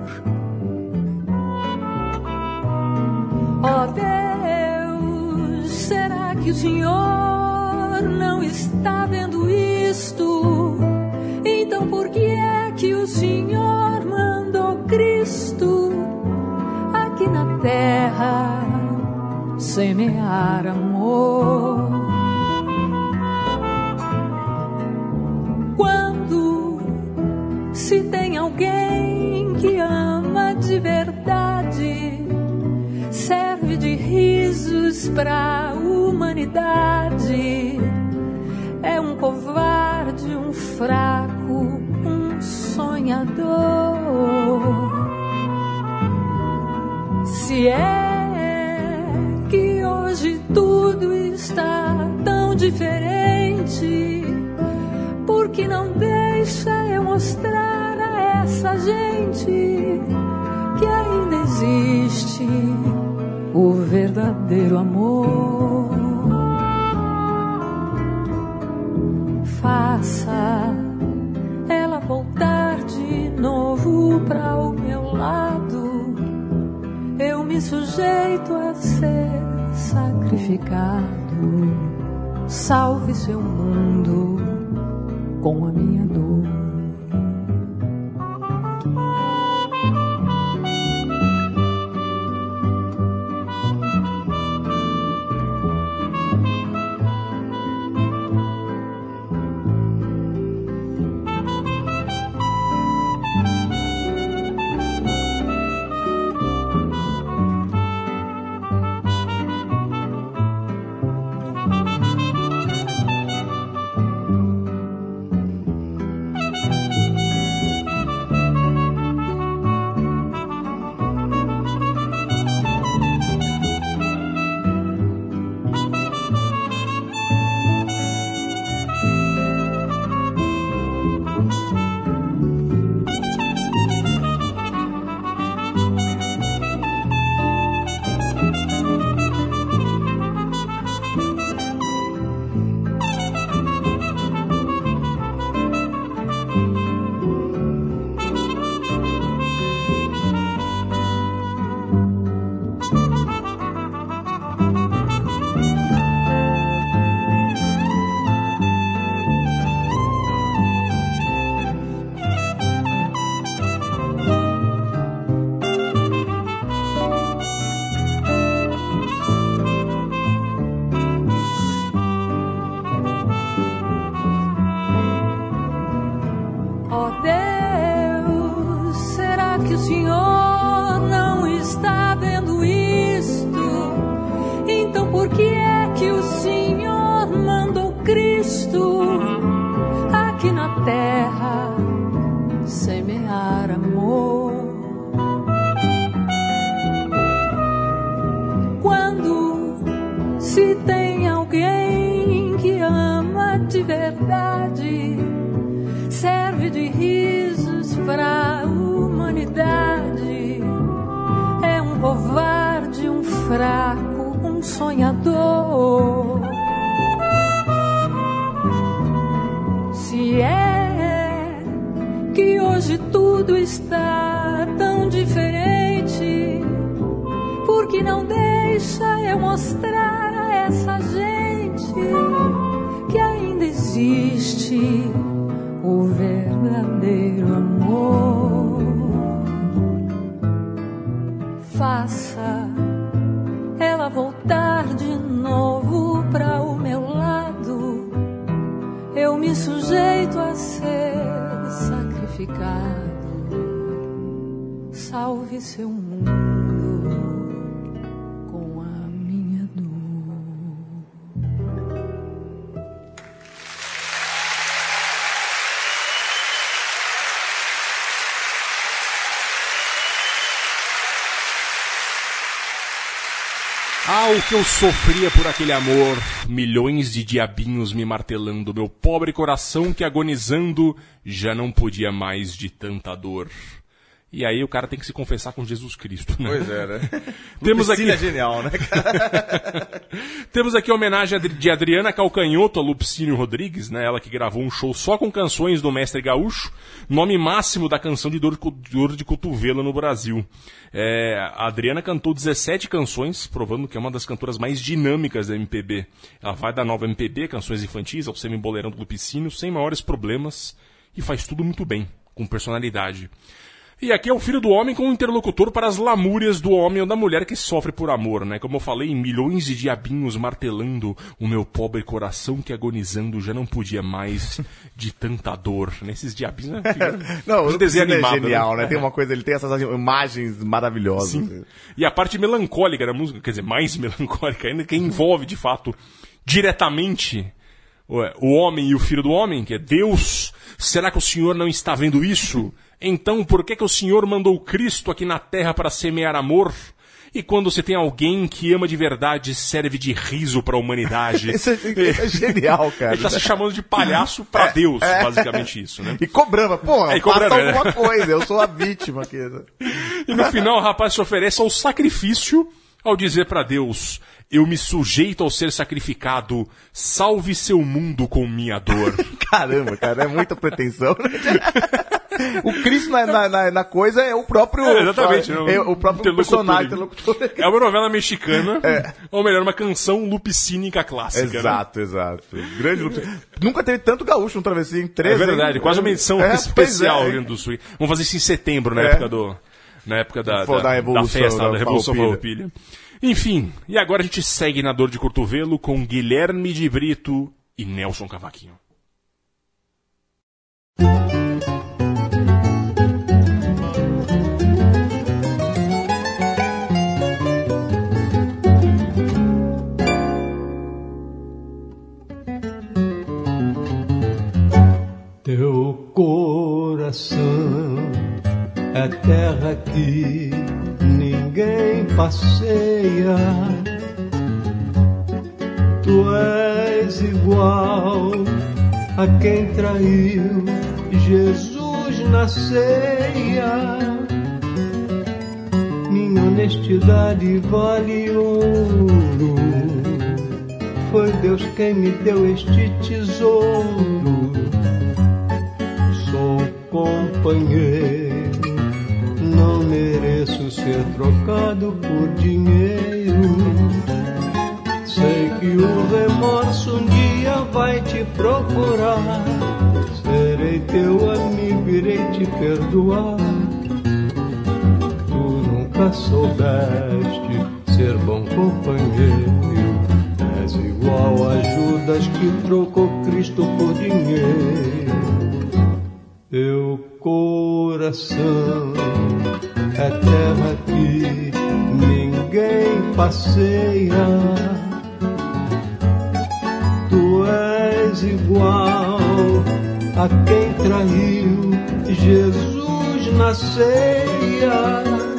Oh Deus, será que o Senhor não está vendo isto? Então por que é que o Senhor mandou Cristo aqui na terra semear amor? Quando se tem alguém que ama de verdade, serve de risos pra humanidade, é um covarde, um fraco, um sonhador. Se é que hoje tudo está tão diferente, por que não deixa eu mostrar a essa gente que ainda existe o verdadeiro amor? Faça ela voltar de novo pra o meu lado, eu me sujeito a ser sacrificado. Salve seu mundo com a minha dor. Cristo aqui na terra semear amor. Quando se tem alguém que ama de verdade, serve de risos pra humanidade, é um covarde, um fraco, um sonhador. Se é que hoje tudo está tão diferente, por que não deixa eu mostrar a essa gente que ainda existe o verdadeiro amor? Faça ela voltar de novo pra o meu lado, eu me sujeito a ser sacrificado. Salve seu mundo com a minha dor. Ah, o que eu sofria por aquele amor, milhões de diabinhos me martelando, meu pobre coração que agonizando já não podia mais de tanta dor. E aí o cara tem que se confessar com Jesus Cristo, né? Pois é, né? Temos aqui... é genial, né, cara? Temos aqui a homenagem de Adriana Calcanhoto a Lupicínio Rodrigues, né? Ela que gravou um show só com canções do Mestre Gaúcho, nome máximo da canção de dor de cotovelo no Brasil. A Adriana cantou 17 canções, provando que é uma das cantoras mais dinâmicas da MPB. Ela vai da nova MPB, canções infantis, ao semi-boleirão do Lupicínio, sem maiores problemas, e faz tudo muito bem, com personalidade. E aqui é o filho do homem com um interlocutor para as lamúrias do homem ou da mulher que sofre por amor, né? Como eu falei, milhões de diabinhos martelando o meu pobre coração que agonizando já não podia mais de tanta dor. Nesses diabinhos... Não, o desenho animado, é genial, né? Tem uma coisa, ele tem essas imagens maravilhosas. Sim. E a parte melancólica da música, quer dizer, mais melancólica ainda, que envolve, de fato, diretamente o homem e o filho do homem, que é Deus. Será que o Senhor não está vendo isso? Então, por que o Senhor mandou Cristo aqui na terra para semear amor? E quando você tem alguém que ama de verdade, serve de riso para a humanidade. Isso é genial, cara. Ele está se chamando de palhaço para Deus, basicamente isso, né? E cobrando, pô, cobrando, faça alguma coisa, eu sou a vítima aqui. E no final o rapaz se oferece ao sacrifício ao dizer para Deus: eu me sujeito ao ser sacrificado, salve seu mundo com minha dor. Caramba, cara, é muita pretensão, né? O Cristo na coisa é o próprio... exatamente. O próprio personagem. É uma novela mexicana, ou melhor, uma canção lupicínica clássica. Exato, né? Exato. Grande Lupicínio. Nunca teve tanto gaúcho no Travessia em 13. É verdade, quase uma edição especial do Rio Grande do Sul. Vamos fazer isso em setembro, na época da festa, da Revolução Farroupilha. Enfim, e agora a gente segue na dor de cotovelo com Guilherme de Brito e Nelson Cavaquinho. Teu coração é terra que ninguém passeia. Tu és igual a quem traiu Jesus na ceia. Minha honestidade vale ouro. Foi Deus quem me deu este tesouro. Sou companheiro, não mereço ser trocado por dinheiro. Sei que o remorso um dia vai te procurar. Serei teu amigo, irei te perdoar. Tu nunca soubeste ser bom companheiro. És igual a Judas que trocou Cristo por dinheiro. Teu coração é terra que ninguém passeia. Tu és és igual a quem traiu Jesus na ceia.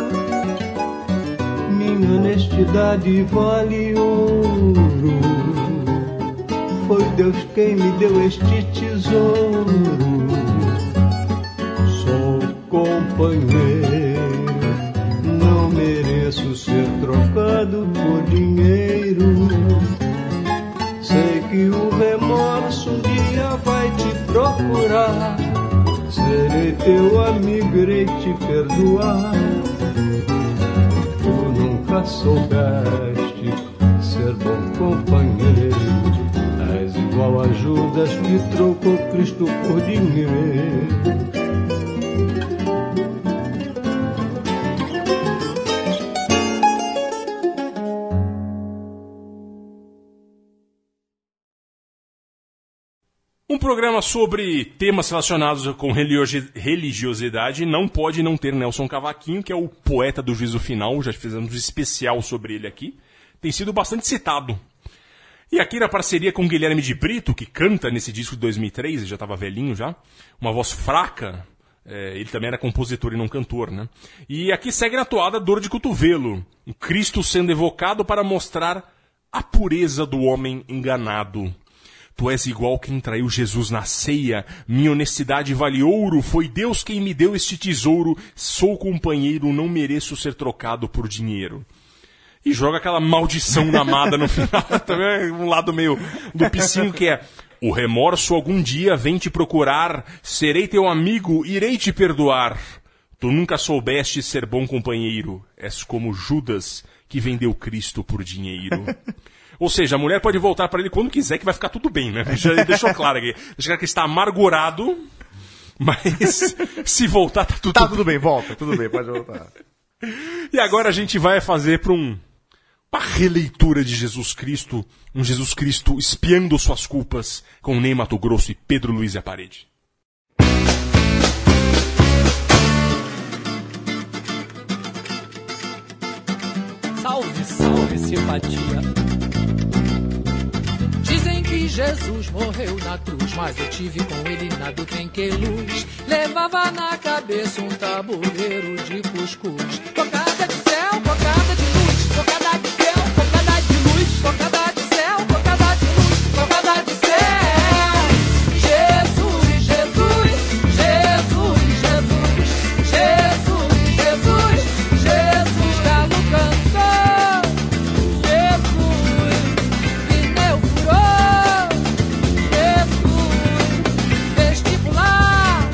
Minha honestidade vale ouro, foi Deus quem me deu este tesouro. Sou companheiro, não mereço ser trocado por dinheiro. Sei que o remorso um dia vai te procurar. Serei teu amigo, irei te perdoar. Tu nunca soubeste ser bom companheiro. És igual a Judas que trocou Cristo por dinheiro. Um programa sobre temas relacionados com religiosidade não pode não ter Nelson Cavaquinho, que é o poeta do Juízo Final. Já fizemos um especial sobre ele aqui. Tem sido bastante citado. E aqui na parceria com Guilherme de Brito, que canta nesse disco de 2003, ele já estava velhinho já, uma voz fraca, ele também era compositor e não cantor, né? E aqui segue na toada Dor de Cotovelo, um Cristo sendo evocado para mostrar a pureza do homem enganado. Tu és igual quem traiu Jesus na ceia, minha honestidade vale ouro, foi Deus quem me deu este tesouro, sou companheiro, não mereço ser trocado por dinheiro. E joga aquela maldição na amada no final, também um lado meio do piscinho que é: o remorso algum dia vem te procurar, serei teu amigo, irei te perdoar. Tu nunca soubeste ser bom companheiro, és como Judas que vendeu Cristo por dinheiro. Ou seja, a mulher pode voltar para ele quando quiser, que vai ficar tudo bem, né? Já deixou claro aqui. Deixa claro que ele está amargurado, mas se voltar, tá tudo bem. Tá tudo bem, volta, tudo bem, pode voltar. E agora a gente vai fazer para uma releitura de Jesus Cristo, um Jesus Cristo espiando suas culpas, com Ney Matogrosso e Pedro Luiz e a Parede. Salve, salve, simpatia. Dizem que Jesus morreu na cruz, mas eu tive com ele na do luz. Levava na cabeça um tabuleiro de cuscuz. Cocada de céu, cocada de luz. Cocada de céu, cocada de luz. Cocada de céu, cocada de luz. Cocada de céu. Jesus, Jesus, Jesus, Jesus, Jesus, Jesus, Jesus, galo cantou. Jesus, pneu furou. Jesus, vestibular.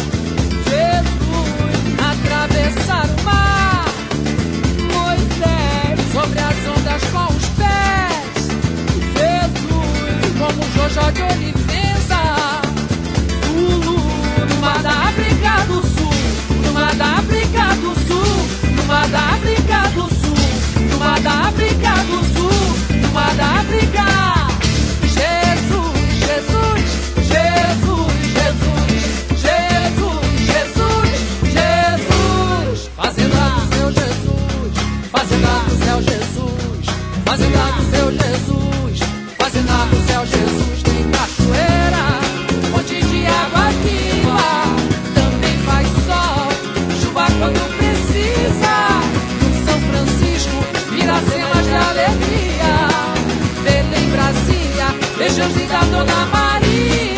Jesus, atravessar o mar. Moisés, sobre as ondas com os pés. Jesus, como Jojo de Olivença. Zulu, no mar da África do Sul. No mar da África do Sul. No mar da África do Sul. No mar da África do Sul. No mar da África. Jesus, Jesus, Jesus, Jesus, Jesus, Jesus, Jesus. Fazenda do seu Jesus, fazenda do céu Jesus, fazenda do seu Jesus, fazenda do céu Jesus. Tem cachoeira, fonte de água viva, também faz sol, chuva quando precisa. No São Francisco, Iracemas de alegria, Belém, Brasília, beijos de da Dona Maria.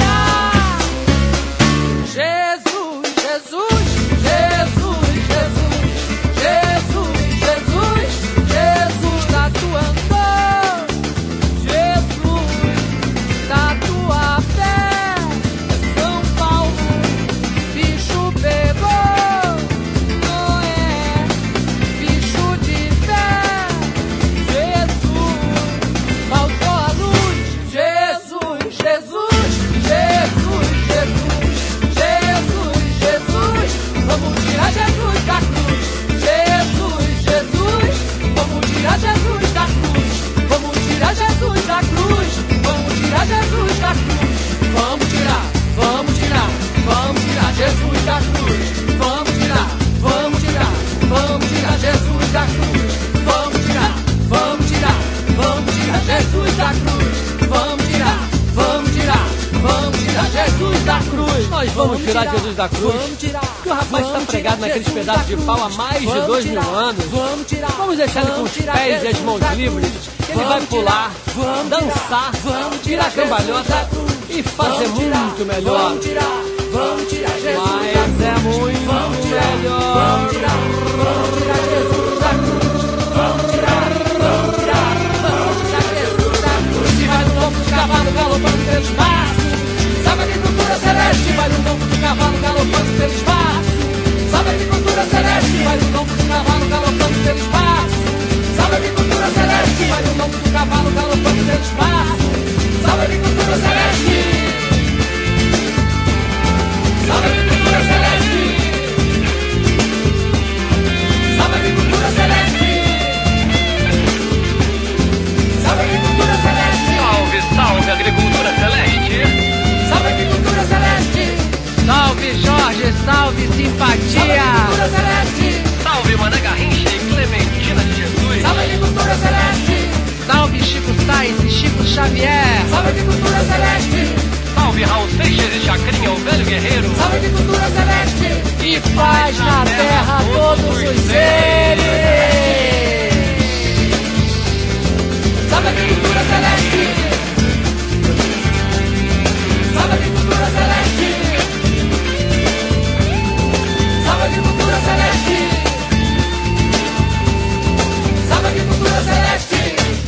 Jesus, Jesus, Jesus, Jesus, Jesus, Jesus, Jesus, tatuando. Jesus, Tatuapé, São Paulo, bicho pegou. Noé, bicho de pé. Jesus, faltou a luz. Jesus, Jesus. Nós vamos tirar Jesus da cruz. Que o rapaz está pregado naqueles pedaços de pau há mais de 2000 anos. Vamos deixar ele com os pés e as mãos livres. Ele vai pular, dançar, tirar a cambalhota e fazer muito melhor. Mas é muito melhor. Vamos tirar Jesus da cruz. Vamos tirar Jesus da cruz. E vai no lombo do cavalo galopando pelo espaço. Sabe a agricultura celeste, vai no lombo do cavalo galopando pelo espaço. Sabe a agricultura celeste, vai no lombo do cavalo galopando pelo espaço. Sabe a agricultura celeste, vai no lombo do cavalo galopando pelo espaço. Sabe a agricultura celeste. Sabe a agricultura celeste. Sabe a agricultura celeste. Sabe a agricultura celeste. Salve, salve, agricultura celeste. Salve, agricultura celeste. Salve, Jorge, salve, simpatia. Salve, agricultura celeste. Salve, Mané Garrincha e Clementina de Jesus. Salve, agricultura celeste. Salve, Chico Sainz e Chico Xavier. Salve, agricultura celeste. Salve, Raul Seixas e Chacrinha, o velho guerreiro. Salve, agricultura celeste. E paz na terra a todos os seres. Salve, agricultura celeste. Salve, agricultura celeste. Salve, agricultura celeste. Salve, agricultura celeste.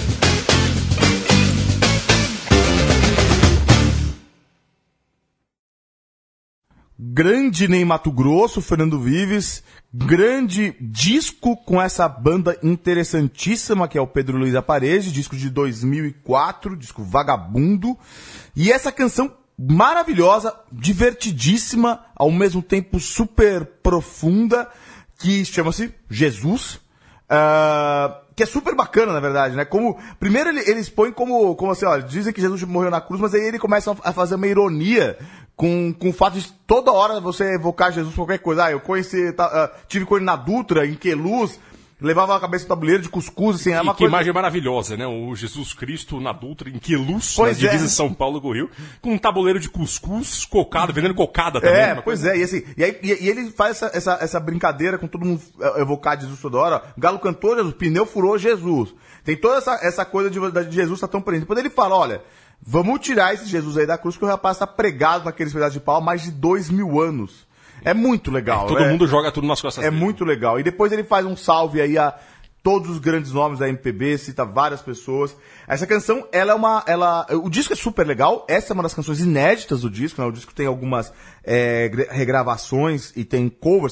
Grande Ney Mato Grosso, Fernando Vives, grande disco com essa banda interessantíssima que é o Pedro Luiz Aparede, disco de 2004, disco Vagabundo, e essa canção maravilhosa, divertidíssima, ao mesmo tempo super profunda, que chama-se Jesus, que é super bacana, na verdade, né? Como, primeiro eles põem como assim, ó, dizem que Jesus morreu na cruz, mas aí ele começa a fazer uma ironia com o fato de toda hora você evocar Jesus por qualquer coisa. Eu tive com ele na Dutra, em Queluz, levava a cabeça do tabuleiro de cuscuz, assim, é uma que coisa... imagem maravilhosa, né? O Jesus Cristo na Dutra, em Queluz, na Pois divisa é. de São Paulo com o Rio, com um tabuleiro de cuscuz, cocada, vendendo cocada também. É, uma pois coisa- é, e assim, e ele faz essa brincadeira com todo mundo evocar Jesus toda hora. O galo cantou Jesus, pneu furou Jesus. Tem toda essa coisa de Jesus tá tão presente. Depois ele fala, olha, vamos tirar esse Jesus aí da cruz, que o rapaz tá pregado naqueles pedaços de pau há mais de 2000 anos. É muito legal. Todo mundo joga tudo nas costas É dele. muito legal. E depois ele faz um salve aí a todos os grandes nomes da MPB, cita várias pessoas. Essa canção, o disco é super legal. Essa é uma das canções inéditas do disco, né? O disco tem algumas regravações e tem covers.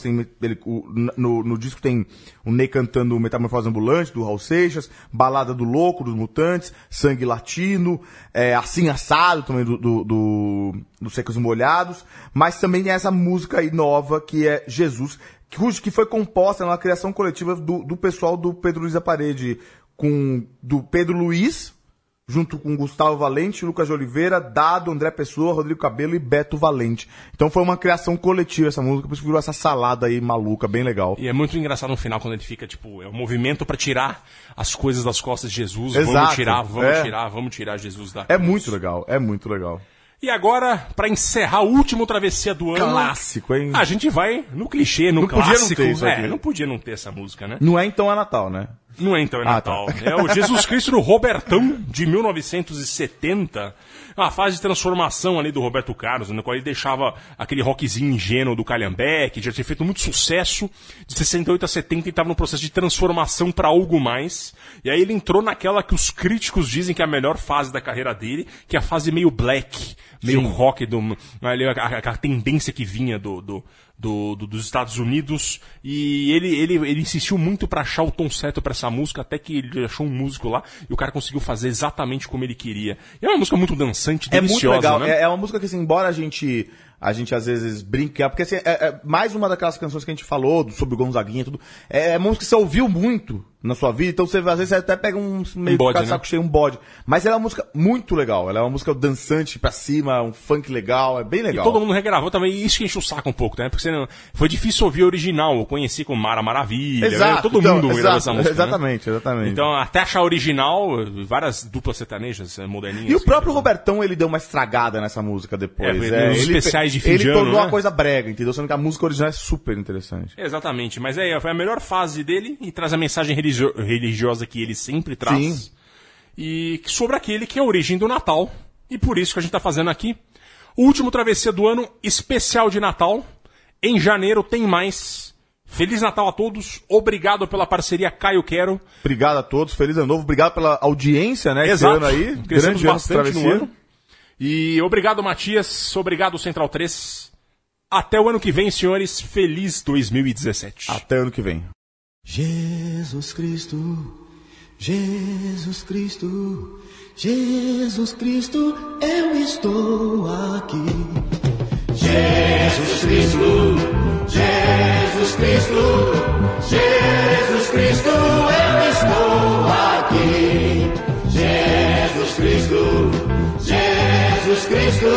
No disco tem o Ney cantando Metamorfose Ambulante, do Raul Seixas, Balada do Louco, dos Mutantes, Sangue Latino, Assim Assado, também do Secos e Molhados. Mas também tem essa música aí nova, que é Jesus, que foi composta na criação coletiva do pessoal do Pedro Luiz Aparede, do Pedro Luiz, junto com Gustavo Valente, Lucas de Oliveira, Dado, André Pessoa, Rodrigo Cabelo e Beto Valente. Então foi uma criação coletiva essa música, por isso virou essa salada aí maluca, bem legal. E é muito engraçado no final, quando ele fica, tipo, é um movimento pra tirar as coisas das costas de Jesus. Exato. Vamos tirar Jesus da É cruz. muito legal, é muito legal. E agora, pra encerrar o último Travessia do ano... Clássico, hein? A gente vai no clichê, no Não podia clássico. não ter isso aqui. Não podia não ter essa música, né? Não é então é Natal, né? Não é então, é Natal. tá. É o Jesus Cristo do Robertão, de 1970. A fase de transformação ali do Roberto Carlos, no qual ele deixava aquele rockzinho ingênuo do Calhambeque, já tinha feito muito sucesso. De 68 a 70 ele estava no processo de transformação para algo mais. E aí ele entrou naquela que os críticos dizem que é a melhor fase da carreira dele, que é a fase meio black, meio Sim. rock, a tendência que vinha dos Estados Unidos, e ele insistiu muito pra achar o tom certo pra essa música, até que ele achou um músico lá e o cara conseguiu fazer exatamente como ele queria. E é uma música muito dançante, É muito deliciosa, legal. né? É uma música que, assim, embora a gente às vezes brinque, porque assim, é mais uma daquelas canções que a gente falou sobre o Gonzaguinha e tudo. É música que você ouviu muito na sua vida, então você às vezes você até pega meio bode, de saco cheio, um bode. Mas ela é uma música muito legal, ela é uma música dançante pra cima, um funk legal, é bem legal. E todo mundo regravou também, isso que enche o saco um pouco, né? Porque foi difícil ouvir o original, eu conheci com Mara Maravilha, Exato, todo então, mundo gravou essa música. Exatamente, né? exatamente. Então, até achar a original, várias duplas sertanejas moderninhas. E o próprio Robertão, ele deu uma estragada nessa música depois. Nos especiais de fim ele de ano, tornou né? a coisa brega, entendeu? Sendo que a música original é super interessante. Exatamente, mas foi a melhor fase dele e traz a mensagem religiosa que ele sempre traz. Sim. E sobre aquele que é a origem do Natal. E por isso que a gente tá fazendo aqui o último Travessia do ano, especial de Natal. Em janeiro tem mais. Feliz Natal a todos. Obrigado pela parceria Caio Quero. Obrigado a todos. Feliz ano novo. Obrigado pela audiência, né? Exato. Esse ano aí. Crescemos Grande ano de bastante no Travessia. ano. E obrigado, Matias. Obrigado, Central 3. Até o ano que vem, senhores. Feliz 2017. Até ano que vem. Jesus Cristo, Jesus Cristo, Jesus Cristo, eu estou aqui. Jesus Cristo, Jesus Cristo, Jesus Cristo, eu estou aqui. Jesus Cristo, Jesus Cristo,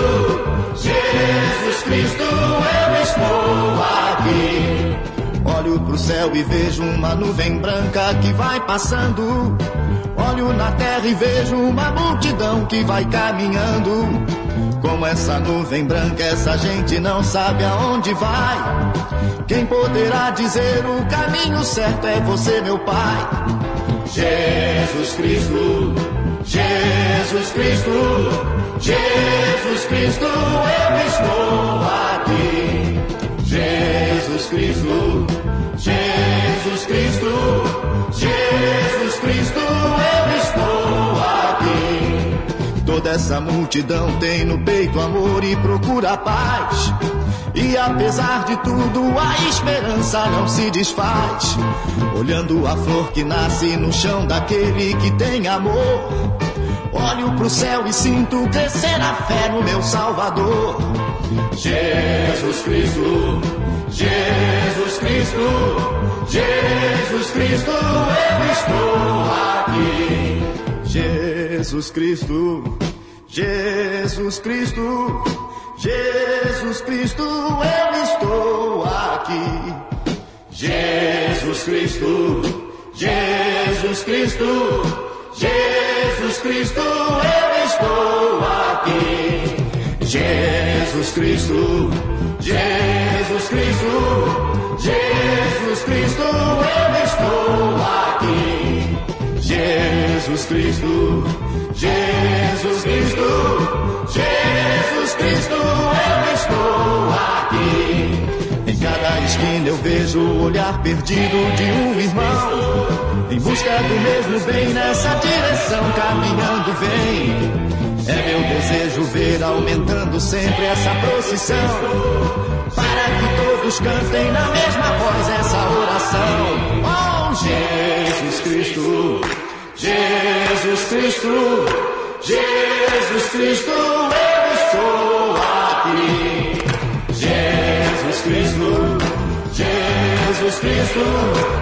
Jesus Cristo, eu estou aqui. Olho pro céu e vejo uma nuvem branca que vai passando. Olho na terra e vejo uma multidão que vai caminhando. Como essa nuvem branca, essa gente não sabe aonde vai. Quem poderá dizer o caminho certo é você, meu Pai. Jesus Cristo, Jesus Cristo, Jesus Cristo, eu estou aqui. Jesus Cristo, Jesus Cristo, Jesus Cristo, eu estou aqui. Toda essa multidão tem no peito amor e procura paz. E apesar de tudo, a esperança não se desfaz. Olhando a flor que nasce no chão daquele que tem amor. Olho pro céu e sinto crescer a fé no meu Salvador. Jesus Cristo, Jesus Cristo, Jesus Cristo, eu estou aqui. Jesus Cristo, Jesus Cristo, Jesus Cristo, eu estou aqui. Jesus Cristo, Jesus Cristo, Jesus Cristo, eu estou aqui. Jesus Cristo, Jesus Cristo, Jesus Cristo, eu estou aqui. Jesus Cristo, Jesus Cristo, Jesus Cristo, eu estou aqui. Em cada esquina eu vejo o olhar perdido de um irmão, em busca do mesmo bem, nessa direção caminhando vem. É meu desejo ver aumentando sempre essa procissão, para que todos cantem na mesma voz essa oração. Oh, Jesus Cristo, Jesus Cristo, Jesus Cristo, eu estou aqui. Jesus Cristo, Jesus Cristo,